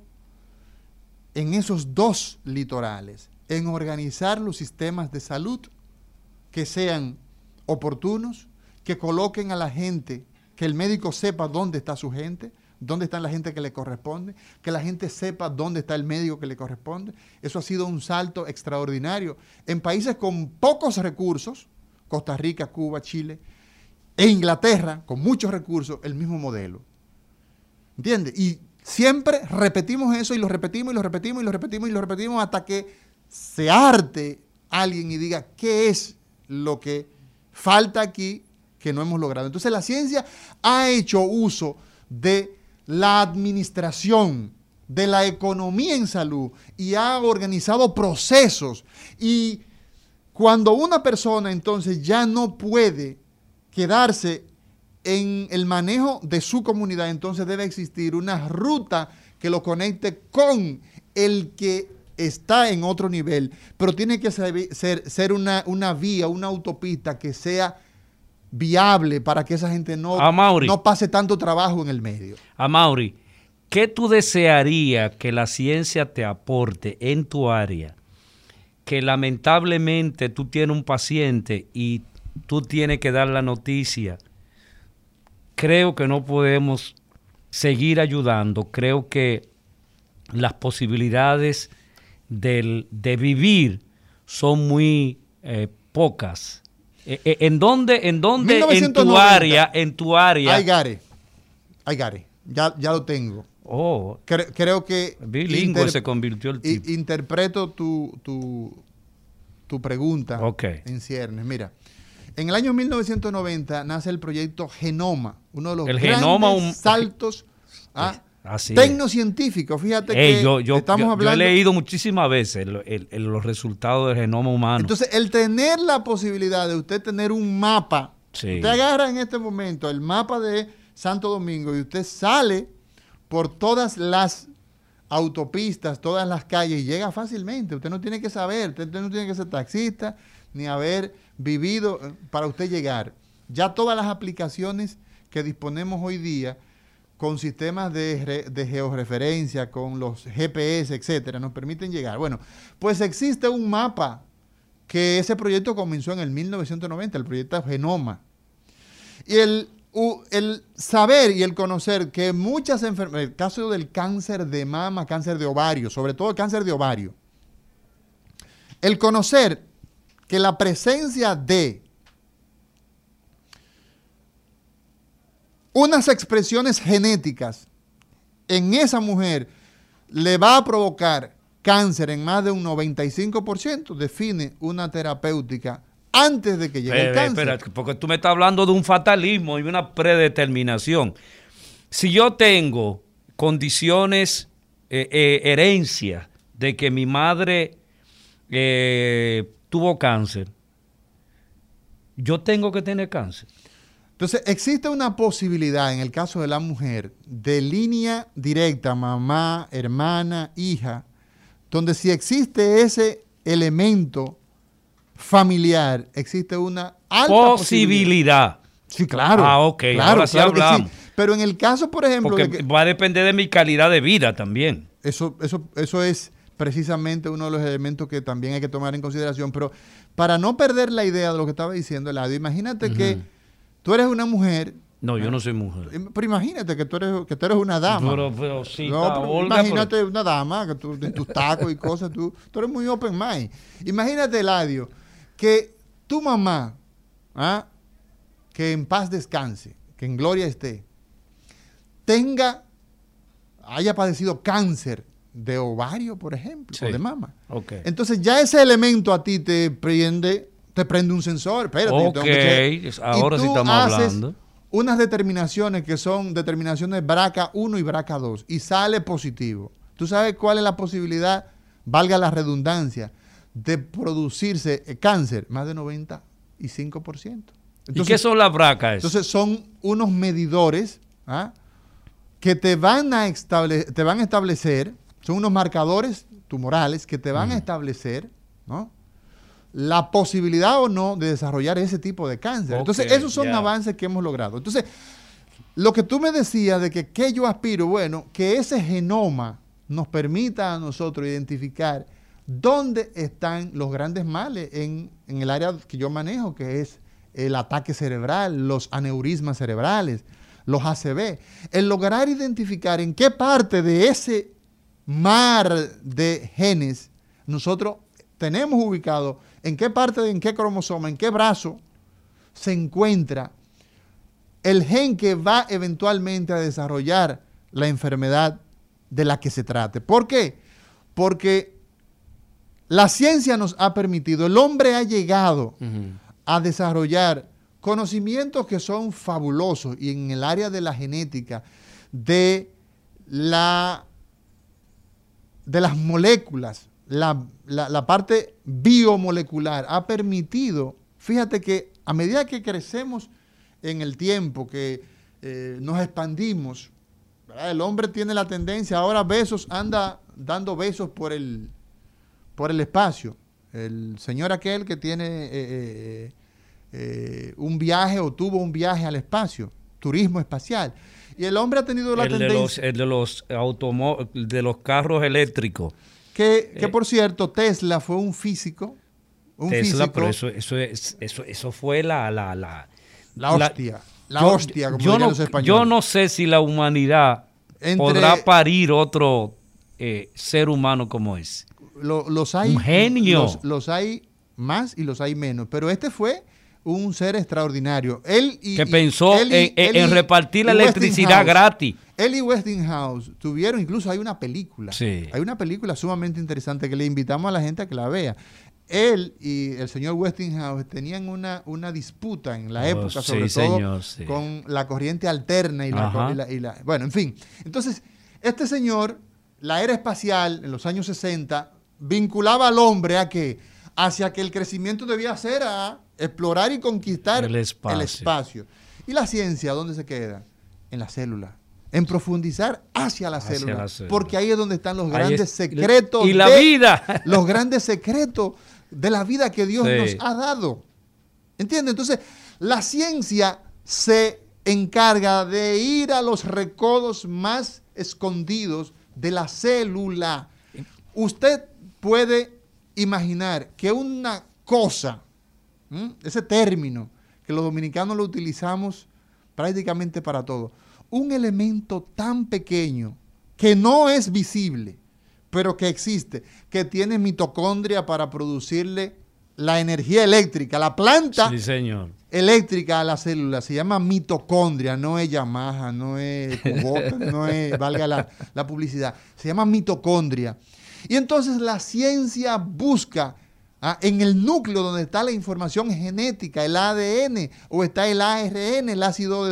en esos dos litorales, en organizar los sistemas de salud que sean oportunos, que coloquen a la gente, que el médico sepa dónde está su gente, dónde está la gente que le corresponde, que la gente sepa dónde está el médico que le corresponde. Eso ha sido un salto extraordinario. En países con pocos recursos, Costa Rica, Cuba, Chile, e Inglaterra, con muchos recursos, el mismo modelo. ¿Entiendes? Y siempre repetimos eso y lo repetimos y lo repetimos y lo repetimos y lo repetimos hasta que se harte alguien y diga qué es lo que falta aquí que no hemos logrado. Entonces la ciencia ha hecho uso de la administración, de la economía en salud y ha organizado procesos. Y cuando una persona entonces ya no puede quedarse en el manejo de su comunidad, entonces debe existir una ruta que lo conecte con el que está en otro nivel, pero tiene que ser, ser, ser una, una vía, una autopista que sea viable para que esa gente no, no pase tanto trabajo en el medio. Amaury, ¿qué tú desearías que la ciencia te aporte en tu área? Que lamentablemente tú tienes un paciente y tú tienes que dar la noticia. Creo que no podemos seguir ayudando. Creo que las posibilidades del, de vivir son muy eh, pocas. Eh, eh, ¿En dónde, en dónde en tu área, en tu área? I got it. I got it. Ya, ya lo tengo. Oh. Cre creo que bilingüe inter se convirtió el tipo. Interpreto tu, tu, tu pregunta okay. en ciernes. Mira. En el año mil novecientos noventa nace el proyecto Genoma, uno de los el grandes genoma, un... saltos ¿ah? Así tecnocientíficos. Fíjate Ey, que yo, yo, estamos yo, hablando... yo he leído muchísimas veces el, el, el, los resultados del genoma humano. Entonces, el tener la posibilidad de usted tener un mapa, sí. usted agarra en este momento el mapa de Santo Domingo y usted sale por todas las autopistas, todas las calles y llega fácilmente. Usted no tiene que saber, usted no tiene que ser taxista ni haber vivido para usted llegar. Ya todas las aplicaciones que disponemos hoy día con sistemas de, de georreferencia, con los G P S, etcétera, nos permiten llegar. Bueno, pues existe un mapa que ese proyecto comenzó en el mil novecientos noventa, el proyecto Genoma. Y el, el saber y el conocer que muchas enfermedades, el caso del cáncer de mama, cáncer de ovario, sobre todo el cáncer de ovario, el conocer que la presencia de unas expresiones genéticas en esa mujer le va a provocar cáncer en más de un noventa y cinco por ciento, define una terapéutica antes de que llegue espera, el cáncer. Espera, porque tú me estás hablando de un fatalismo y una predeterminación. Si yo tengo condiciones, eh, eh, herencia de que mi madre eh, tuvo cáncer, yo tengo que tener cáncer. Entonces, existe una posibilidad en el caso de la mujer de línea directa, mamá, hermana, hija, donde si existe ese elemento familiar, existe una alta posibilidad. posibilidad. Sí, claro. Ah, ok. Claro, Ahora sí claro hablamos. Sí. Pero en el caso, por ejemplo... Porque de que, va a depender de mi calidad de vida también. Eso, eso, eso es precisamente uno de los elementos que también hay que tomar en consideración. Pero para no perder la idea de lo que estaba diciendo Eladio, imagínate uh-huh. que tú eres una mujer No, yo no soy mujer. Pero imagínate que tú eres, que tú eres una dama. Pero, pero sí, no, pero Olga, imagínate pero... una dama que tú, de tus tacos y cosas, tú, tú eres muy open mind. Imagínate, Eladio, que tu mamá, ¿ah? que en paz descanse, que en gloria esté, tenga, haya padecido cáncer de ovario, por ejemplo, sí. o de mama. Okay. Entonces ya ese elemento a ti te prende, te prende un sensor. Espérate, ok, yo tengo que echar, ahora sí estamos hablando. Unas determinaciones que son determinaciones B R C A uno y B R C A dos y sale positivo. ¿Tú sabes cuál es la posibilidad, valga la redundancia, de producirse cáncer? Más de noventa y cinco por ciento. Entonces, ¿y qué son las B R C A? Entonces son unos medidores ¿ah? que te van a estable, te van a establecer, son unos marcadores tumorales que te van uh-huh. a establecer, ¿no? la posibilidad o no de desarrollar ese tipo de cáncer. Okay, entonces, esos son yeah. avances que hemos logrado. Entonces, lo que tú me decías de que, ¿qué yo aspiro? Bueno, que ese genoma nos permita a nosotros identificar dónde están los grandes males en, en el área que yo manejo, que es el ataque cerebral, los aneurismas cerebrales, los A C V. El lograr identificar en qué parte de ese mar de genes nosotros tenemos ubicado, en qué parte, en qué cromosoma, en qué brazo se encuentra el gen que va eventualmente a desarrollar la enfermedad de la que se trate. ¿Por qué? Porque la ciencia nos ha permitido, el hombre ha llegado uh-huh. a desarrollar conocimientos que son fabulosos y en el área de la genética, de, la, de las moléculas, la, la, la parte biomolecular ha permitido, fíjate que a medida que crecemos en el tiempo, que eh, nos expandimos, ¿verdad? El hombre tiene la tendencia, ahora besos, anda dando besos por el, por el espacio. El señor aquel que tiene eh, eh, eh, un viaje o tuvo un viaje al espacio, turismo espacial. Y el hombre ha tenido la el tendencia... De los, el de los, automó de los carros eléctricos. Que, que eh, por cierto, Tesla fue un físico. Un Tesla, físico, pero eso, eso, es, eso, eso fue la... la, la La hostia, la, la yo, hostia, como yo dirían no, los españoles. Yo no sé si la humanidad Entre, podrá parir otro eh, ser humano como ese. Lo, los hay, un genio. Los, los hay más y los hay menos, pero este fue un ser extraordinario. Él y, que pensó él y, en, él en y, repartir la electricidad gratis. Él y Westinghouse tuvieron, incluso hay una película. Sí. Hay una película sumamente interesante que le invitamos a la gente a que la vea. Él y el señor Westinghouse tenían una, una disputa en la oh, época, sobre sí, todo señor, sí. con la corriente alterna y la, y, la, y la... Bueno, en fin. Entonces, este señor, la era espacial en los años sesenta, vinculaba al hombre a que hacia que el crecimiento debía ser a explorar y conquistar el espacio. el espacio. ¿Y la ciencia dónde se queda? En la célula. En profundizar hacia la, hacia célula, la célula. Porque ahí es donde están los grandes es, secretos. Y la de, vida. Los grandes secretos de la vida que Dios sí. nos ha dado. ¿Entiendes? Entonces, la ciencia se encarga de ir a los recodos más escondidos de la célula. Usted puede imaginar que una cosa, ¿m? ese término que los dominicanos lo utilizamos prácticamente para todo, un elemento tan pequeño que no es visible, pero que existe, que tiene mitocondria para producirle la energía eléctrica, la planta sí, señor. eléctrica a la célula, se llama mitocondria, no es Yamaha, no es Kubota, no es, valga la, la publicidad, se llama mitocondria. Y entonces la ciencia busca ¿ah? en el núcleo donde está la información genética, el A D N, o está el A R N, el ácido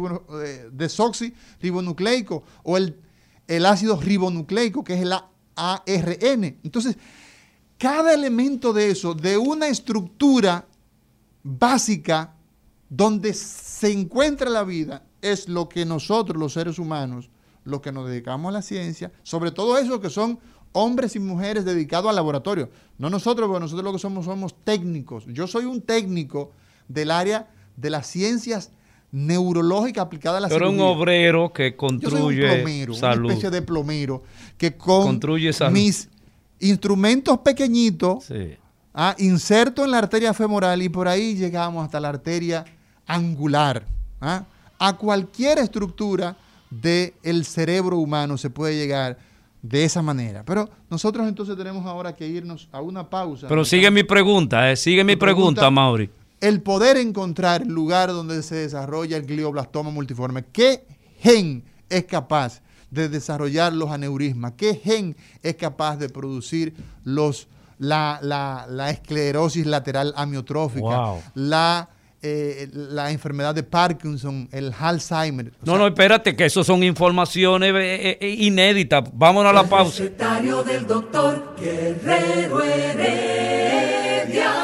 desoxirribonucleico, o el, el ácido ribonucleico, que es el A R N. Entonces, cada elemento de eso, de una estructura básica donde se encuentra la vida, es lo que nosotros, los seres humanos, los que nos dedicamos a la ciencia, sobre todo esos que son hombres y mujeres dedicados al laboratorio. No nosotros, porque nosotros lo que somos somos técnicos. Yo soy un técnico del área de las ciencias neurológicas aplicadas a la Pero cirugía. un obrero que construye Yo soy un plomero, salud. Una especie de plomero que con construye mis instrumentos pequeñitos sí. ah, inserto en la arteria femoral y por ahí llegamos hasta la arteria angular. ¿ah? a cualquier estructura del cerebro humano se puede llegar de esa manera. Pero nosotros entonces tenemos ahora que irnos a una pausa. Pero sigue mi pregunta, eh, sigue mi pregunta, pregunta, Mauri. El poder encontrar el lugar donde se desarrolla el glioblastoma multiforme. ¿Qué gen es capaz de desarrollar los aneurismas? ¿Qué gen es capaz de producir los, la, la, la esclerosis lateral amiotrófica? Wow. La, eh, la enfermedad de Parkinson, el Alzheimer. No, sea, no, espérate, que eso son informaciones eh, eh, inéditas. Vámonos a la pausa. El recetario del doctor Guerrero Heredia.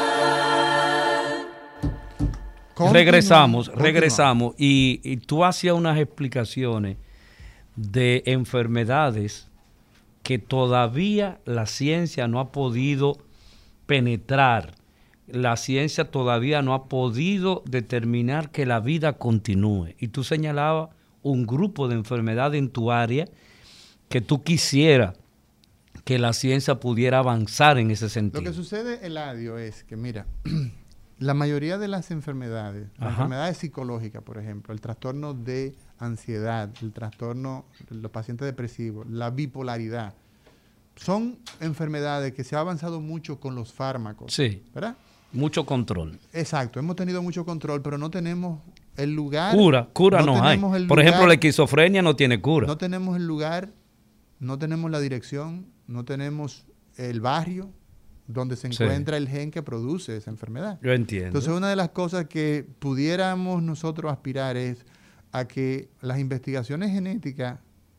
Continúa, regresamos, continúa. regresamos y, y tú hacías unas explicaciones de enfermedades que todavía la ciencia no ha podido penetrar. La ciencia todavía no ha podido determinar que la vida continúe. Y tú señalabas un grupo de enfermedades en tu área que tú quisieras que la ciencia pudiera avanzar en ese sentido. Lo que sucede, Eladio, es que, mira, la mayoría de las enfermedades, las enfermedades psicológicas, por ejemplo, el trastorno de ansiedad, el trastorno de los pacientes depresivos, la bipolaridad, son enfermedades que se ha avanzado mucho con los fármacos. Sí, ¿verdad? Mucho control. Exacto, hemos tenido mucho control, pero no tenemos el lugar. Cura, cura no, no hay. Por lugar, ejemplo, la esquizofrenia no tiene cura. No tenemos el lugar, no tenemos la dirección, no tenemos el barrio donde se encuentra sí. el gen que produce esa enfermedad. Yo entiendo. Entonces, una de las cosas que pudiéramos nosotros aspirar es a que las investigaciones genéticas,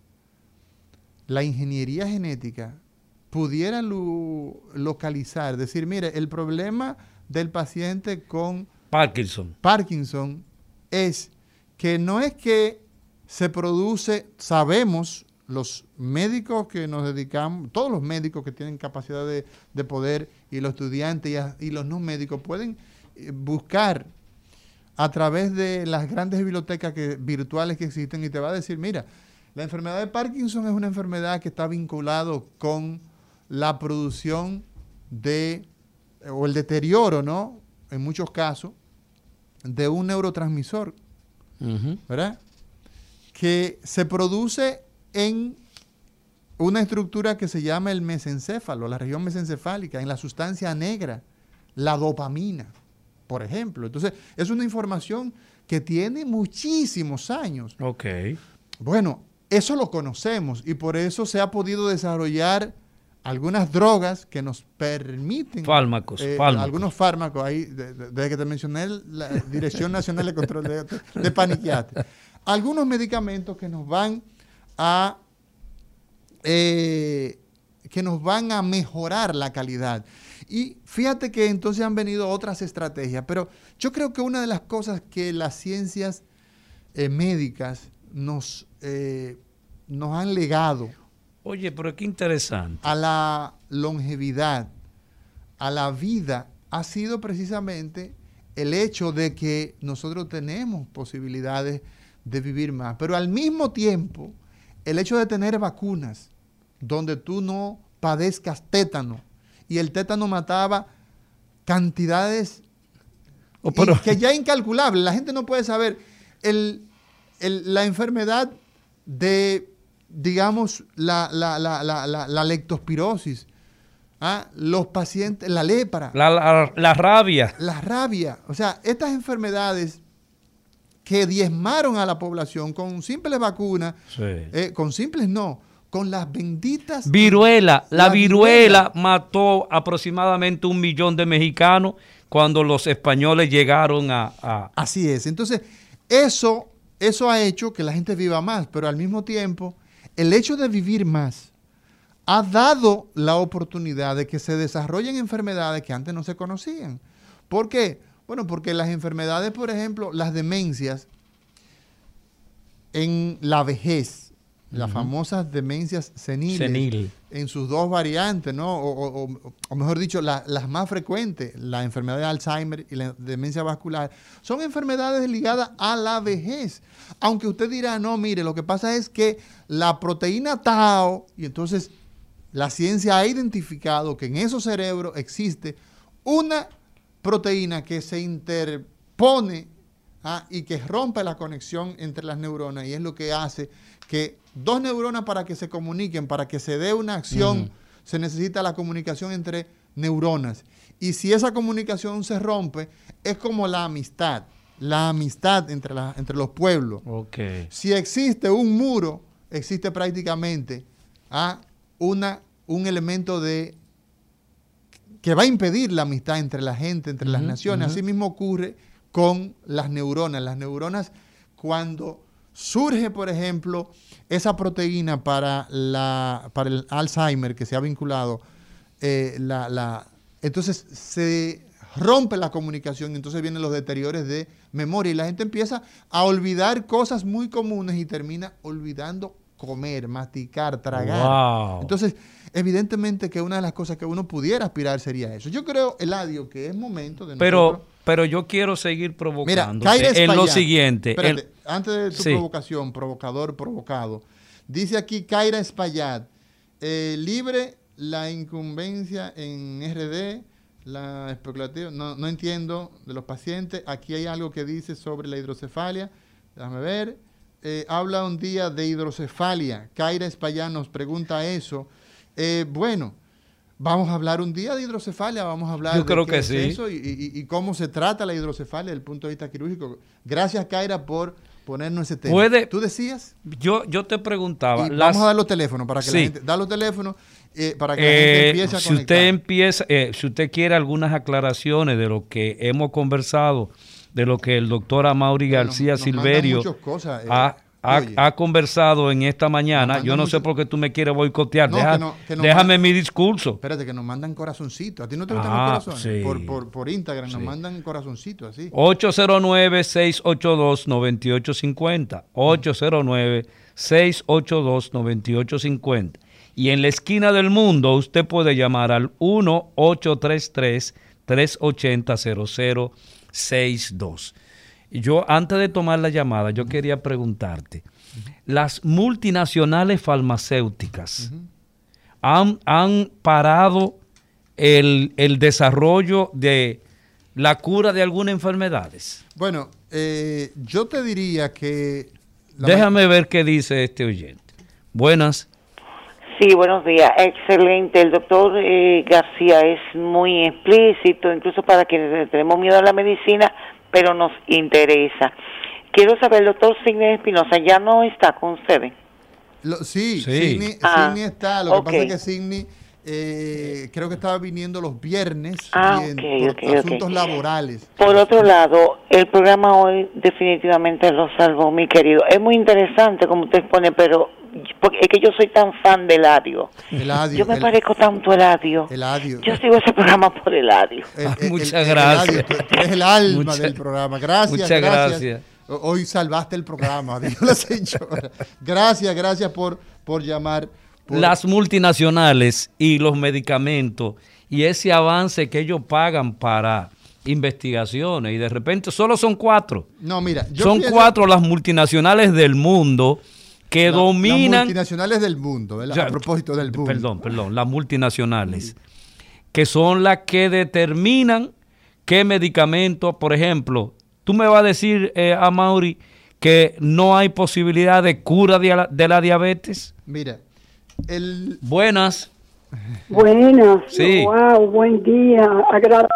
la ingeniería genética, pudieran lo, localizar, decir, mire, el problema del paciente con Parkinson. Parkinson es que no es que se produce, sabemos, los médicos que nos dedicamos, todos los médicos que tienen capacidad de, de poder y los estudiantes y, a, y los no médicos pueden eh, buscar a través de las grandes bibliotecas que, virtuales que existen y te va a decir, mira, la enfermedad de Parkinson es una enfermedad que está vinculado con la producción de, o el deterioro, ¿no? En muchos casos, de un neurotransmisor, uh-huh. ¿verdad? Que se produce en una estructura que se llama el mesencéfalo, la región mesencefálica, en la sustancia negra, la dopamina, por ejemplo. Entonces, es una información que tiene muchísimos años. Ok. Bueno, eso lo conocemos y por eso se ha podido desarrollar algunas drogas que nos permiten... Fármacos, eh, fármacos. Algunos fármacos ahí, desde de, de que te mencioné la Dirección Nacional de Control de, de Paniquiate. Algunos medicamentos que nos van a... Eh, que nos van a mejorar la calidad. Y fíjate que entonces han venido otras estrategias, pero yo creo que una de las cosas que las ciencias eh, médicas nos, eh, nos han legado... Oye, pero qué interesante. A la longevidad, a la vida, ha sido precisamente el hecho de que nosotros tenemos posibilidades de vivir más. Pero al mismo tiempo, el hecho de tener vacunas donde tú no padezcas tétano, y el tétano mataba cantidades oh, pero... que ya incalculables. La gente no puede saber el, el, la enfermedad de... digamos, la, la, la, la, la, la leptospirosis, ¿ah? Los pacientes, la lepra. La, la, la rabia. La rabia. O sea, estas enfermedades que diezmaron a la población con simples vacunas, sí. eh, con simples no, con las benditas... Viruela. La, la viruela, viruela mató aproximadamente un millón de mexicanos cuando los españoles llegaron a... a... Así es. Entonces, eso, eso ha hecho que la gente viva más, pero al mismo tiempo... El hecho de vivir más ha dado la oportunidad de que se desarrollen enfermedades que antes no se conocían. ¿Por qué? Bueno, porque las enfermedades, por ejemplo, las demencias en la vejez, uh-huh. las famosas demencias seniles, Senil. en sus dos variantes, ¿no? O, o, o mejor dicho, la, las más frecuentes, la enfermedad de Alzheimer y la demencia vascular, son enfermedades ligadas a la vejez. Aunque usted dirá, no, mire, lo que pasa es que la proteína tau, y entonces la ciencia ha identificado que en esos cerebros existe una proteína que se interpone ¿ah? Y que rompe la conexión entre las neuronas y es lo que hace que dos neuronas para que se comuniquen, para que se dé una acción, uh-huh. se necesita la comunicación entre neuronas. Y si esa comunicación se rompe, es como la amistad, la amistad entre, la, entre los pueblos. Okay. Si existe un muro, existe prácticamente ¿ah? una, un elemento de que va a impedir la amistad entre la gente, entre uh-huh, las naciones. Uh-huh. Así mismo ocurre con las neuronas. Las neuronas, cuando surge, por ejemplo, esa proteína para, la, para el Alzheimer que se ha vinculado, eh, la, la, entonces se rompe la comunicación y entonces vienen los deterioros de memoria y la gente empieza a olvidar cosas muy comunes y termina olvidando comer, masticar, tragar. Wow. Entonces, evidentemente que una de las cosas que uno pudiera aspirar sería eso. Yo creo, Eladio, que es momento de pero, nosotros... Pero yo quiero seguir provocando Mira, en lo siguiente. Espérate, el, antes de tu sí. provocación, provocador, provocado. Dice aquí Kaira Espaillat, eh, libre la incumbencia en R D, la especulativa, no, no entiendo, de los pacientes. Aquí hay algo que dice sobre la hidrocefalia. Déjame ver. Eh, habla un día de hidrocefalia. Kaira Espaillat nos pregunta eso. Eh, bueno, vamos a hablar un día de hidrocefalia, vamos a hablar Yo de creo qué que es sí. eso y, y, y cómo se trata la hidrocefalia desde el punto de vista quirúrgico. Gracias, Kaira, por ponernos ese tema. ¿Puede, ¿Tú decías? Yo, yo te preguntaba. Y las, vamos a dar los teléfonos para que sí. la gente... Da los teléfonos eh, para que eh, la gente empiece a si conectar. Usted empieza, eh, si usted quiere algunas aclaraciones de lo que hemos conversado, de lo que el doctor Amaury García nos, nos Silverio muchas cosas, eh, ha... Ha, ha conversado en esta mañana. Yo no mucho... sé por qué tú me quieres boicotear. No, Deja, que no, que no déjame mandan, mi discurso. Espérate, que nos mandan corazoncitos. ¿A ti no te gustan ah, los corazones? Sí. Por, por, por Instagram sí. nos mandan corazoncitos así. ocho cero nueve, seis ocho dos, nueve ocho cinco cero. ocho cero nueve, seis ocho dos, nueve ocho cinco cero. Y en la esquina del mundo usted puede llamar al uno ocho tres tres, tres ocho cero, cero cero seis dos. Y yo, antes de tomar la llamada, yo quería preguntarte. Las multinacionales farmacéuticas uh-huh. han, han parado el, el desarrollo de la cura de algunas enfermedades. Bueno, eh, yo te diría que... Déjame ver qué dice este oyente. Buenas. Sí, buenos días. Excelente. El doctor eh, García es muy explícito, incluso para quienes tenemos miedo a la medicina, pero nos interesa. Quiero saber, el doctor Sidney Espinosa, ¿ya no está con ustedes? Lo, sí, sí. Sidney, ah, Sidney está. Lo que okay. pasa es que Sidney eh, creo que estaba viniendo los viernes ah, bien, okay, por okay, asuntos okay. laborales. Por otro lado, el programa hoy definitivamente lo salvó, mi querido. Es muy interesante como usted expone, pero porque es que yo soy tan fan de Eladio. Eladio yo me el, parezco tanto a Eladio. Eladio. Yo sigo ese programa por Eladio. El, el, muchas el, gracias. Eladio, tú, tú eres el alma Mucha, del programa. Gracias, muchas gracias. gracias. Hoy salvaste el programa, dijo la señora. Gracias, gracias por, por llamar. Por... Las multinacionales y los medicamentos y ese avance que ellos pagan para investigaciones y de repente solo son cuatro. No, mira, yo son pienso... cuatro las multinacionales del mundo que la, dominan... Las multinacionales del mundo, ¿verdad? Ya, a propósito del mundo. Perdón, perdón, las multinacionales, sí. que son las que determinan qué medicamentos, por ejemplo, tú me vas a decir, eh, Amaury, que no hay posibilidad de cura de la, de la diabetes. Mira, el... Buenas. Buenas. Sí. Wow, buen día. Agradecido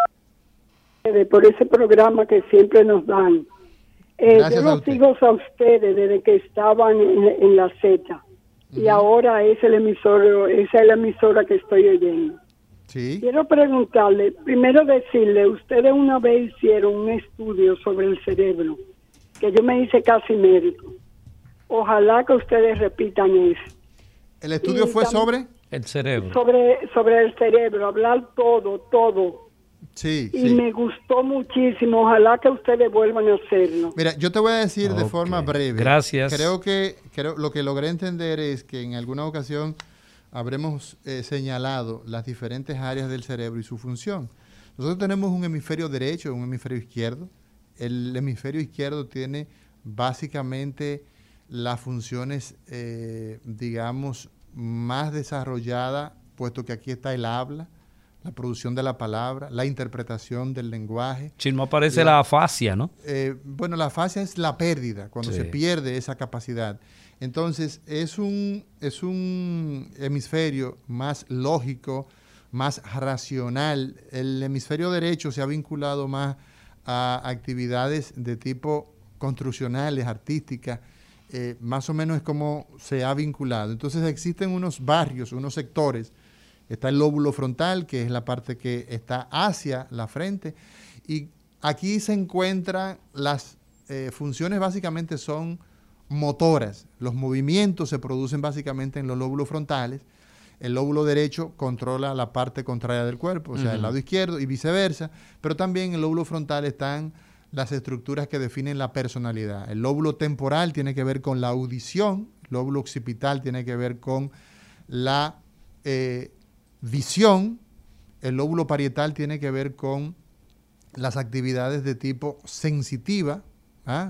por ese programa que siempre nos dan. Eh, yo los sigo a ustedes desde que estaban en, en la Z. Uh-huh. Y ahora es el emisor, esa es la emisora que estoy oyendo. Sí. Quiero preguntarle, primero decirle, ustedes una vez hicieron un estudio sobre el cerebro, que yo me hice casi médico. Ojalá que ustedes repitan eso. ¿El estudio y fue sobre? El cerebro. Sobre, sobre el cerebro, hablar todo, todo. Sí, y sí. me gustó muchísimo. Ojalá que ustedes vuelvan a hacerlo. Mira, yo te voy a decir okay. de forma breve. Gracias. Creo que creo, lo que logré entender es que en alguna ocasión habremos eh, señalado las diferentes áreas del cerebro y su función. Nosotros tenemos un hemisferio derecho y un hemisferio izquierdo. El hemisferio izquierdo tiene básicamente las funciones, eh, digamos, más desarrolladas, puesto que aquí está el habla, la producción de la palabra, la interpretación del lenguaje. Si no aparece la, la afasia, ¿no? Eh, bueno, la afasia es la pérdida, cuando sí. se pierde esa capacidad. Entonces, es un, es un hemisferio más lógico, más racional. El hemisferio derecho se ha vinculado más a actividades de tipo construccionales, artísticas, eh, más o menos es como se ha vinculado. Entonces, existen unos barrios, unos sectores. Está el lóbulo frontal, que es la parte que está hacia la frente, y aquí se encuentran las eh, funciones, básicamente son motoras. Los movimientos se producen básicamente en los lóbulos frontales. El lóbulo derecho controla la parte contraria del cuerpo, o sea, uh-huh. el lado izquierdo y viceversa, pero también en el lóbulo frontal están las estructuras que definen la personalidad. El lóbulo temporal tiene que ver con la audición, el lóbulo occipital tiene que ver con la eh, visión, el lóbulo parietal tiene que ver con las actividades de tipo sensitiva, ¿ah?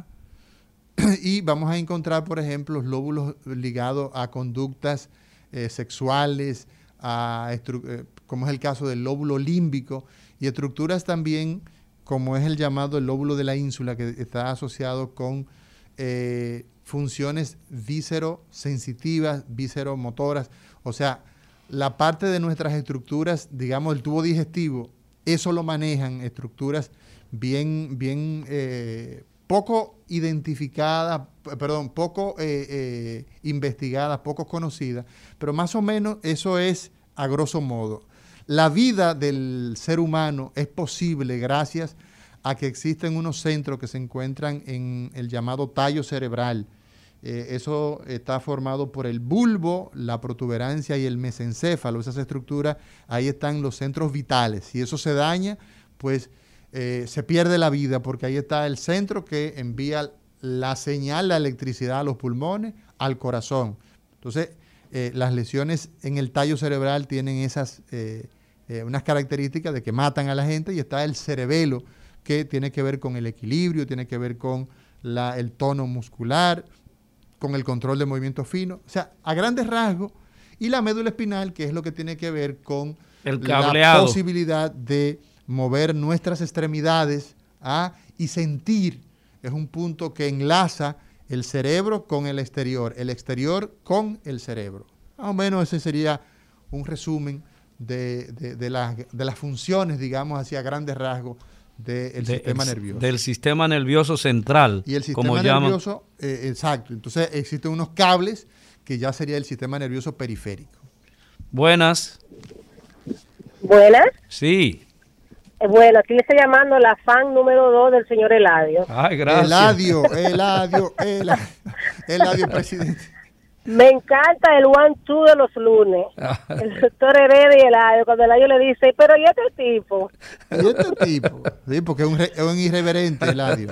Y vamos a encontrar, por ejemplo, los lóbulos ligados a conductas eh, sexuales, a eh, como es el caso del lóbulo límbico, y estructuras también, como es el llamado el lóbulo de la ínsula, que está asociado con eh, funciones víscero-sensitivas, víscero-motoras, o sea, la parte de nuestras estructuras, digamos, el tubo digestivo, eso lo manejan estructuras bien, bien eh, poco identificadas, perdón, poco eh, eh, investigadas, poco conocidas, pero más o menos eso es a grosso modo. La vida del ser humano es posible gracias a que existen unos centros que se encuentran en el llamado tallo cerebral. Eh, eso está formado por el bulbo, la protuberancia y el mesencéfalo. Esas estructuras, ahí están los centros vitales. Si eso se daña, pues eh, se pierde la vida, porque ahí está el centro que envía la señal, la electricidad a los pulmones, al corazón. Entonces, eh, las lesiones en el tallo cerebral tienen esas eh, eh, unas características de que matan a la gente, y está el cerebelo, que tiene que ver con el equilibrio, tiene que ver con la, el tono muscular, con el control de movimientos finos, o sea, a grandes rasgos, y la médula espinal, que es lo que tiene que ver con el cableado, la posibilidad de mover nuestras extremidades ¿ah? y sentir. Es un punto que enlaza el cerebro con el exterior, el exterior con el cerebro. Más o menos ese sería un resumen de, de, de, la, de las funciones, digamos, hacia grandes rasgos del de sistema el, nervioso. Del sistema nervioso central. Y el sistema como nervioso, eh, exacto. Entonces existen unos cables que ya sería el sistema nervioso periférico. Buenas. Buenas. Sí. Eh, bueno, aquí le está llamando la fan número dos del señor Eladio. Ay, gracias. Eladio, Eladio, Eladio, Eladio, presidente. Me encanta el one two de los lunes. El doctor Heredia y Eladio, cuando Eladio le dice, pero ¿y este tipo? ¿Y este tipo? Sí, porque es un, re, es un irreverente, Eladio.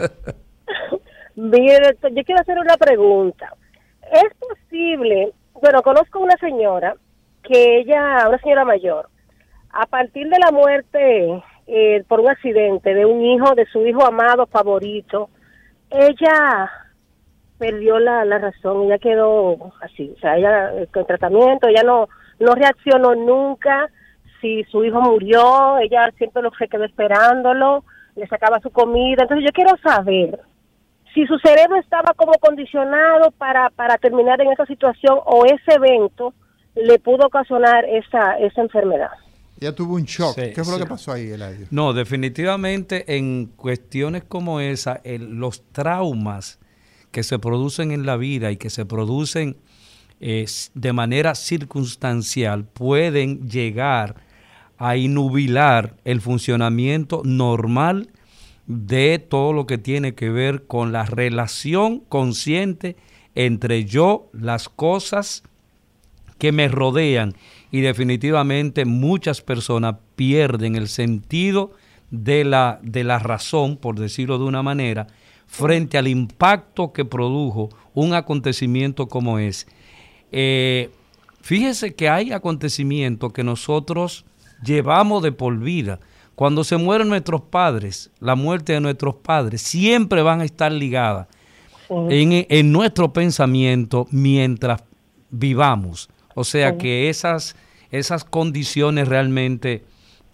Mire, yo quiero hacer una pregunta. ¿Es posible? Bueno, conozco una señora, que ella, una señora mayor, a partir de la muerte eh, por un accidente de un hijo, de su hijo amado favorito, ella perdió la, la razón, ella quedó así, o sea, ella con tratamiento, ella no no reaccionó nunca si su hijo murió, ella siempre lo se quedó esperándolo, le sacaba su comida. Entonces yo quiero saber si su cerebro estaba como condicionado para, para terminar en esa situación, o ese evento le pudo ocasionar esa, esa enfermedad. Ella tuvo un shock. Sí, ¿Qué fue sí. lo que pasó ahí, Eladio? No, definitivamente en cuestiones como esa, el, los traumas que se producen en la vida y que se producen eh, de manera circunstancial pueden llegar a inubilar el funcionamiento normal de todo lo que tiene que ver con la relación consciente entre yo, las cosas que me rodean, y definitivamente muchas personas pierden el sentido de la, de la razón, por decirlo de una manera, frente al impacto que produjo un acontecimiento como ese. Eh, fíjese que hay acontecimientos que nosotros llevamos de por vida. Cuando se mueren nuestros padres, la muerte de nuestros padres siempre van a estar ligadas uh-huh. en, en nuestro pensamiento mientras vivamos. O sea uh-huh. que esas, esas condiciones realmente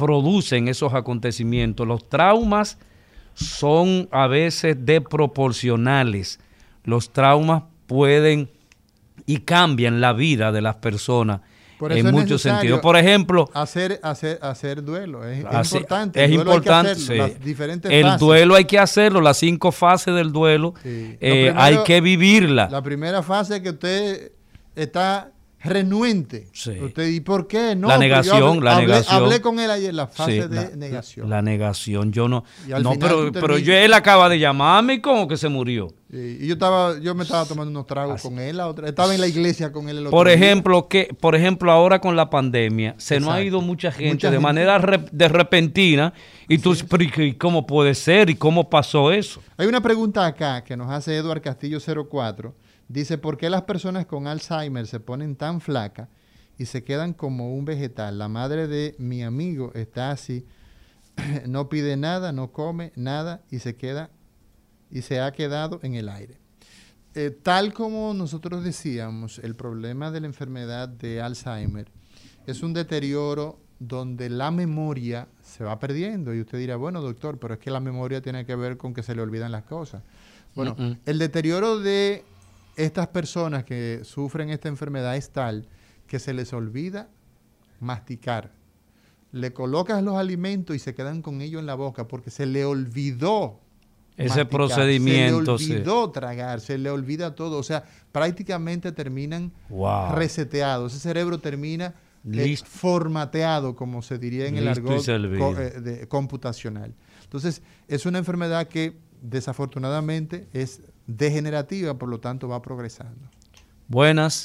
producen esos acontecimientos. Los traumas son a veces desproporcionales. Los traumas pueden y cambian la vida de las personas en muchos sentidos. Por ejemplo, hacer hacer hacer duelo es, hacer, es importante. Es importante. Sí. Las diferentes el fases. duelo hay que hacerlo, las cinco fases del duelo, sí. eh, primero, hay que vivirla. La primera fase es que usted está renuente. Sí. Usted, ¿y por qué? No, la negación, hablé, la hablé, negación. Hablé con él ayer, la fase sí, de la, negación. La negación, yo no. No, pero, pero yo, él acaba de llamarme y como que se murió. Sí, y yo estaba, yo me estaba tomando unos tragos Así. con él, la otra, estaba en la iglesia con él. El otro por día. ejemplo, que, por ejemplo, ahora con la pandemia, se Exacto. nos ha ido mucha gente mucha de gente. manera re, de repentina, y tú, pero, ¿y cómo puede ser? ¿Y cómo pasó eso? Hay una pregunta acá que nos hace Eduard Castillo cero cuatro. Dice, ¿por qué las personas con Alzheimer se ponen tan flacas y se quedan como un vegetal? La madre de mi amigo está así, no pide nada, no come nada y se queda y se ha quedado en el aire. Eh, tal como nosotros decíamos, el problema de la enfermedad de Alzheimer es un deterioro donde la memoria se va perdiendo. Y usted dirá, bueno, doctor, pero es que la memoria tiene que ver con que se le olvidan las cosas. Bueno, uh-uh. el deterioro de estas personas que sufren esta enfermedad es tal que se les olvida masticar. Le colocas los alimentos y se quedan con ellos en la boca porque se le olvidó ese masticar, procedimiento. Se le olvidó sí. tragar, se le olvida todo. O sea, prácticamente terminan wow. reseteados. Ese cerebro termina eh, formateado, como se diría en Listo el argot co eh, de, computacional. Entonces, es una enfermedad que desafortunadamente es degenerativa, por lo tanto va progresando. Buenas.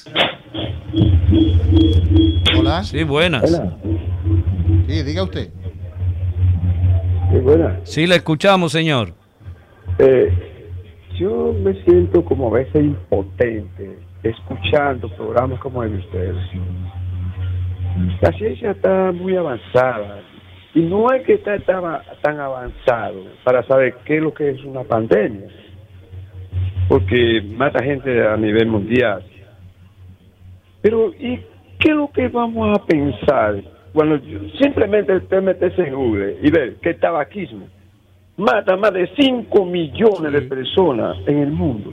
Hola. Sí, buenas. Hola. Sí, diga usted. Sí, buenas. Sí, le escuchamos, señor. Eh, yo me siento como a veces impotente escuchando programas como el de ustedes. La ciencia está muy avanzada y no es que está tan avanzado para saber qué es lo que es una pandemia, porque mata gente a nivel mundial. Pero, ¿y qué es lo que vamos a pensar cuando simplemente usted meterse en Google y ver que el tabaquismo mata más de cinco millones de personas en el mundo?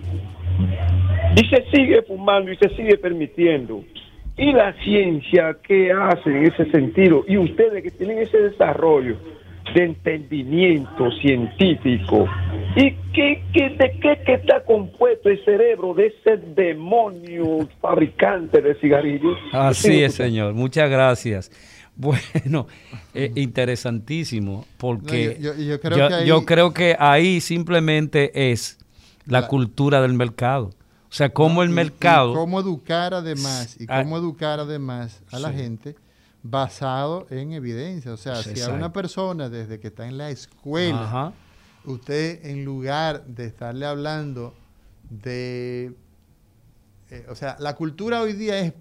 Y se sigue fumando y se sigue permitiendo. ¿Y la ciencia qué hace en ese sentido? Y ustedes que tienen ese desarrollo de entendimiento científico, ¿y qué, qué, de qué que está compuesto el cerebro de ese demonio fabricante de cigarrillos? Así es, señor. Muchas gracias. Bueno, eh, interesantísimo, porque no, yo, yo, yo, creo yo, que ahí, yo creo que ahí simplemente es la, la cultura del mercado. O sea, cómo el y, mercado... Y cómo educar además, y cómo educar además a la sí. gente basado en evidencia. O sea, sí, si a una persona desde que está en la escuela, Ajá. usted en lugar de estarle hablando de... Eh, o sea, la cultura hoy día es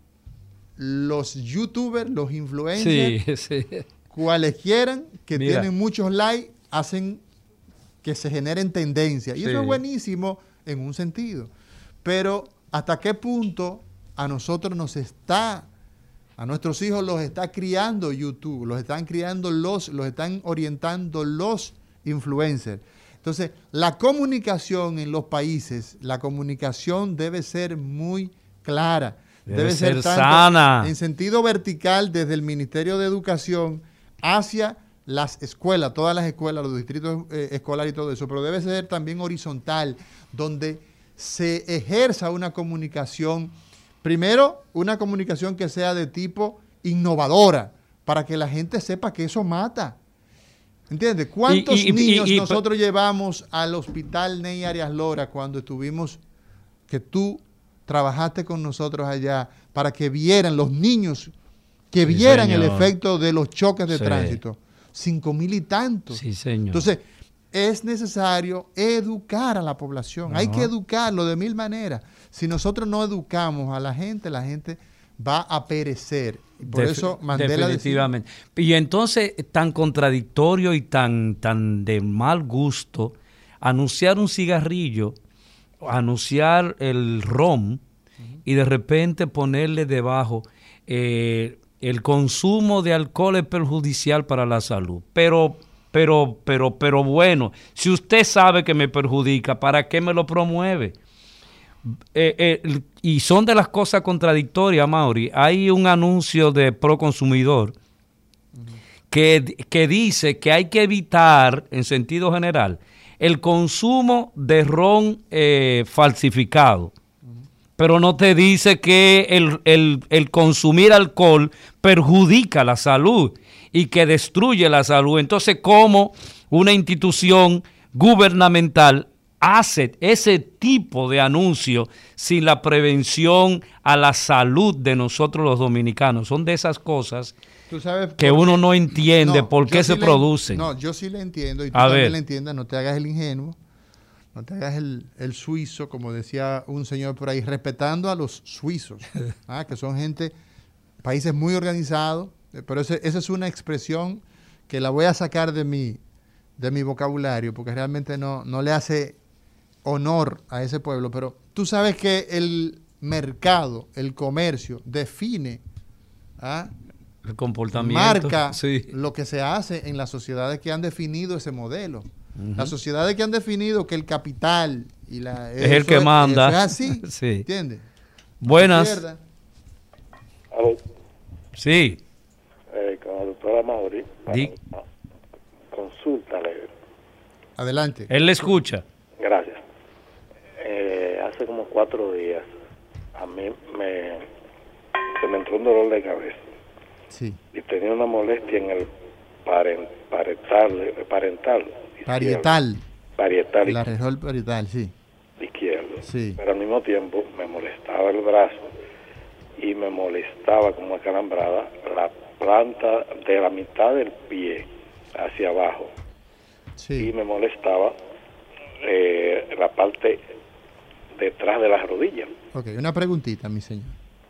los youtubers, los influencers, sí, sí. cuales quieran, que Mira. tienen muchos likes, hacen que se generen tendencias. Y sí. eso es buenísimo en un sentido. Pero ¿hasta qué punto a nosotros nos está, a nuestros hijos los está criando YouTube, los están criando los, los están orientando los influencers? Entonces, la comunicación en los países, la comunicación debe ser muy clara. Debe, debe ser, ser sana. En sentido vertical, desde el Ministerio de Educación hacia las escuelas, todas las escuelas, los distritos eh, escolares y todo eso, pero debe ser también horizontal, donde se ejerza una comunicación, primero, una comunicación que sea de tipo innovadora, para que la gente sepa que eso mata. ¿Entiendes? ¿Cuántos y, y, niños y, y, nosotros y, llevamos al hospital Ney Arias Lora cuando estuvimos, que tú trabajaste con nosotros allá, para que vieran los niños, que sí, vieran señor. el efecto de los choques de sí. tránsito? Cinco mil y tantos. Sí, señor. Entonces, es necesario educar a la población. Uh-huh. Hay que educarlo de mil maneras. Si nosotros no educamos a la gente, la gente va a perecer. Y por Def- eso Mandela definitivamente. Decía, y entonces, tan contradictorio y tan, tan de mal gusto, anunciar un cigarrillo, anunciar el rom, uh-huh. y de repente ponerle debajo eh, el consumo de alcohol es perjudicial para la salud, pero, pero, pero, pero bueno, si usted sabe que me perjudica, ¿para qué me lo promueve? Eh, eh, y son de las cosas contradictorias, Mauri. Hay un anuncio de Proconsumidor que, que dice que hay que evitar, en sentido general, el consumo de ron eh, falsificado. Pero no te dice que el, el, el consumir alcohol perjudica la salud y que destruye la salud. Entonces, ¿cómo una institución gubernamental hace ese tipo de anuncio sin la prevención a la salud de nosotros los dominicanos? Son de esas cosas ¿Tú sabes que uno no entiende no, por qué se sí producen. No, yo sí le entiendo y tú a también ver. le entiendas, no te hagas el ingenuo. No te hagas el, el suizo, como decía un señor por ahí, respetando a los suizos, ¿ah? que son gente, países muy organizados, pero ese, esa es una expresión que la voy a sacar de mi, de mi vocabulario, porque realmente no, no le hace honor a ese pueblo. Pero tú sabes que el mercado, el comercio, define, ¿ah? el comportamiento, marca sí. lo que se hace en las sociedades que han definido ese modelo. Uh-huh. Las sociedades que han definido que el capital y la, es el que es, manda. Eso es así, sí. ¿entiendes? Buenas. ¿Aló? Sí. Eh, con la doctora Mauri. Di- Bueno, consúltale. Adelante. Él le escucha. Gracias. Eh, hace como cuatro días a mí me, se me entró un dolor de cabeza. Sí. Y tenía una molestia en el paren, parental, parental parietal. Parietal. La región parietal, sí. Izquierdo. Sí. Pero al mismo tiempo me molestaba el brazo y me molestaba como acalambrada la planta de la mitad del pie hacia abajo. Sí. Y me molestaba eh, la parte detrás de las rodillas. Ok, una preguntita, mi señor.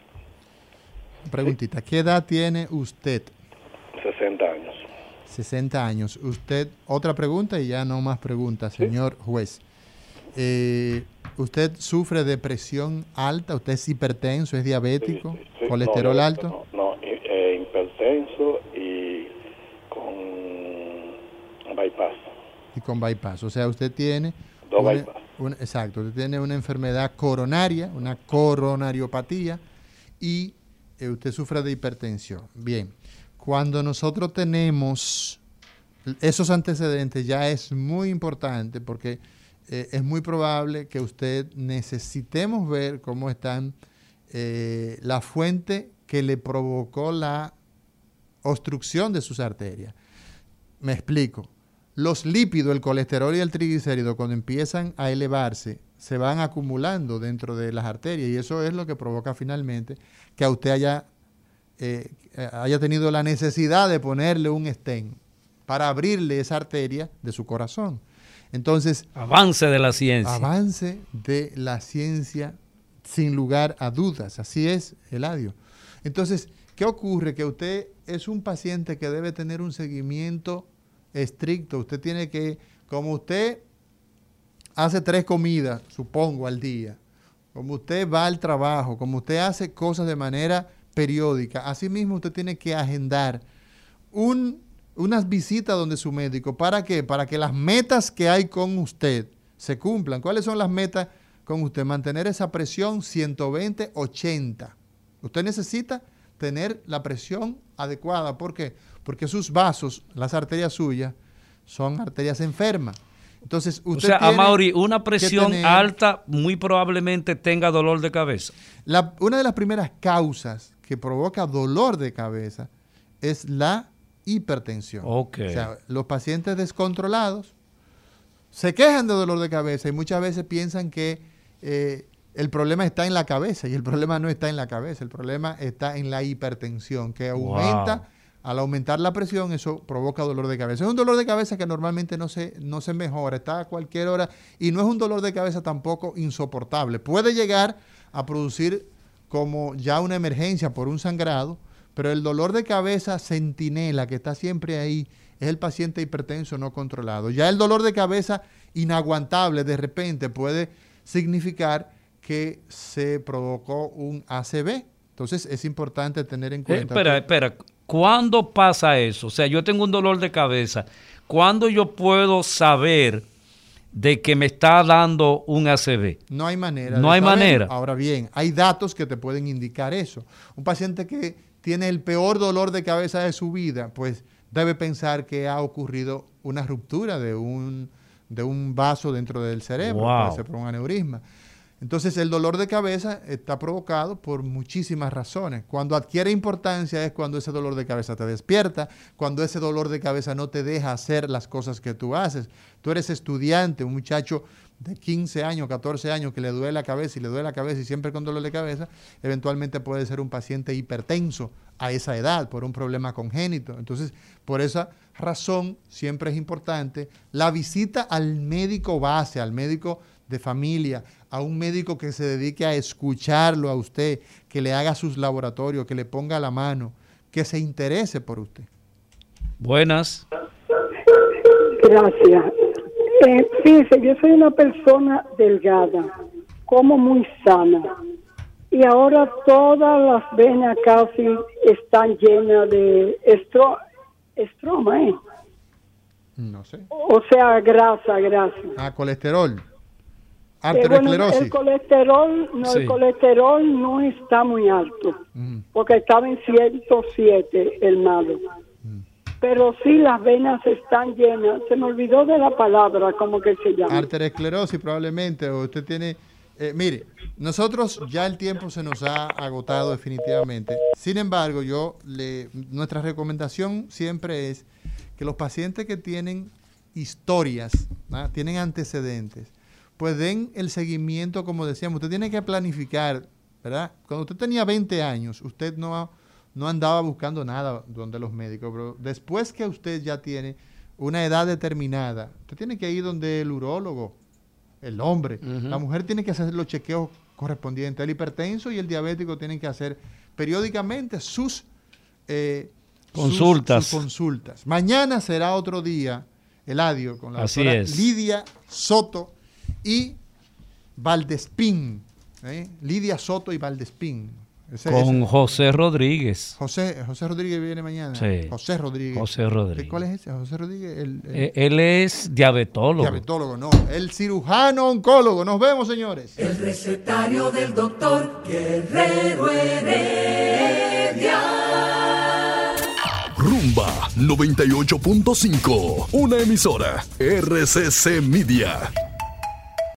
Una preguntita. ¿Qué edad tiene usted? sesenta años. sesenta años. Usted, otra pregunta y ya no más preguntas, señor ¿Sí? juez. Eh, ¿Usted sufre de presión alta? ¿Usted es hipertenso? ¿Es diabético? Sí, sí, sí. ¿Colesterol no, alto? No, no eh, hipertenso y con bypass. Y con bypass. O sea, usted tiene... Dos una, bypass. Una, exacto. Usted tiene una enfermedad coronaria, una coronariopatía y eh, usted sufre de hipertensión. Bien. Cuando nosotros tenemos esos antecedentes ya es muy importante porque eh, es muy probable que usted necesitemos ver cómo están eh, la fuente que le provocó la obstrucción de sus arterias. Me explico. Los lípidos, el colesterol y el triglicérido, cuando empiezan a elevarse, se van acumulando dentro de las arterias y eso es lo que provoca finalmente que a usted haya, eh, haya tenido la necesidad de ponerle un stent para abrirle esa arteria de su corazón. Entonces, avance de la ciencia. Avance de la ciencia sin lugar a dudas. Así es, Eladio. Entonces, ¿qué ocurre? Que usted es un paciente que debe tener un seguimiento estricto. Usted tiene que, como usted hace tres comidas, supongo, al día, como usted va al trabajo, como usted hace cosas de manera periódica, así mismo usted tiene que agendar un, unas visitas donde su médico. ¿Para qué? Para que las metas que hay con usted se cumplan. ¿Cuáles son las metas con usted? Mantener esa presión ciento veinte ochenta. Usted necesita tener la presión adecuada. ¿Por qué? Porque sus vasos, las arterias suyas, son arterias enfermas. Entonces, usted o sea, tiene Amaury, una presión tener, alta muy probablemente tenga dolor de cabeza. La, una de las primeras causas que provoca dolor de cabeza es la hipertensión. Okay. O sea, los pacientes descontrolados se quejan de dolor de cabeza y muchas veces piensan que eh, el problema está en la cabeza y el problema no está en la cabeza, el problema está en la hipertensión que aumenta. Wow. Al aumentar la presión, eso provoca dolor de cabeza. Es un dolor de cabeza que normalmente no se, no se mejora, está a cualquier hora y no es un dolor de cabeza tampoco insoportable. Puede llegar a producir como ya una emergencia por un sangrado, pero el dolor de cabeza centinela que está siempre ahí es el paciente hipertenso no controlado. Ya el dolor de cabeza inaguantable de repente puede significar que se provocó un A C V. Entonces es importante tener en Eh, cuenta. espera, espera. ¿Cuándo pasa eso? O sea, yo tengo un dolor de cabeza. ¿Cuándo yo puedo saber de que me está dando un A C V? No hay manera. No de hay saber. manera. Ahora bien, hay datos que te pueden indicar eso. Un paciente que tiene el peor dolor de cabeza de su vida, pues debe pensar que ha ocurrido una ruptura de un, de un vaso dentro del cerebro, Wow. puede ser por un aneurisma. Entonces, el dolor de cabeza está provocado por muchísimas razones. Cuando adquiere importancia es cuando ese dolor de cabeza te despierta, cuando ese dolor de cabeza no te deja hacer las cosas que tú haces. Tú eres estudiante, un muchacho de quince años, catorce años que le duele la cabeza y le duele la cabeza y siempre con dolor de cabeza, eventualmente puede ser un paciente hipertenso a esa edad por un problema congénito. Entonces, por esa razón, siempre es importante la visita al médico base, al médico de familia, a un médico que se dedique a escucharlo a usted, que le haga sus laboratorios, que le ponga la mano, que se interese por usted. Buenas. Gracias. Eh, fíjese, yo soy una persona delgada, como muy sana, y ahora todas las venas casi están llenas de estro, estroma, ¿eh? No sé. O sea, grasa, grasa. Ah, colesterol. Eh, bueno, Arteriosclerosis. el colesterol, no, Sí. el colesterol no está muy alto, Mm. porque estaba en ciento siete el malo. Pero sí las venas están llenas. Se me olvidó de la palabra, ¿cómo que se llama? Arteriosclerosis probablemente, o usted tiene... eh, mire, nosotros ya el tiempo se nos ha agotado definitivamente. Sin embargo, yo le nuestra recomendación siempre es que los pacientes que tienen historias, ¿ah? tienen antecedentes, pues den el seguimiento, como decíamos. Usted tiene que planificar, ¿verdad? Cuando usted tenía veinte años, usted no, no andaba buscando nada donde los médicos, pero después que usted ya tiene una edad determinada, usted tiene que ir donde el urólogo, el hombre. Ujú. La mujer tiene que hacer los chequeos correspondientes. El hipertenso y el diabético tienen que hacer periódicamente sus eh, Consultas. Sus, sus consultas. Mañana será otro día, Eladio, con la Así doctora es. Lidia Soto y Valdespín. ¿eh? Lidia Soto y Valdespín. Ese- Con ese- José Rodríguez. José, José Rodríguez viene mañana. Sí. José Rodríguez. José Rodríguez. ¿Cuál es ese? José Rodríguez. El, el Eh, Él es diabetólogo. diabetólogo, no. El cirujano oncólogo. Nos vemos, señores. El recetario del doctor Guerrero Heredia. Rumba noventa y ocho punto cinco, una emisora R C C Media.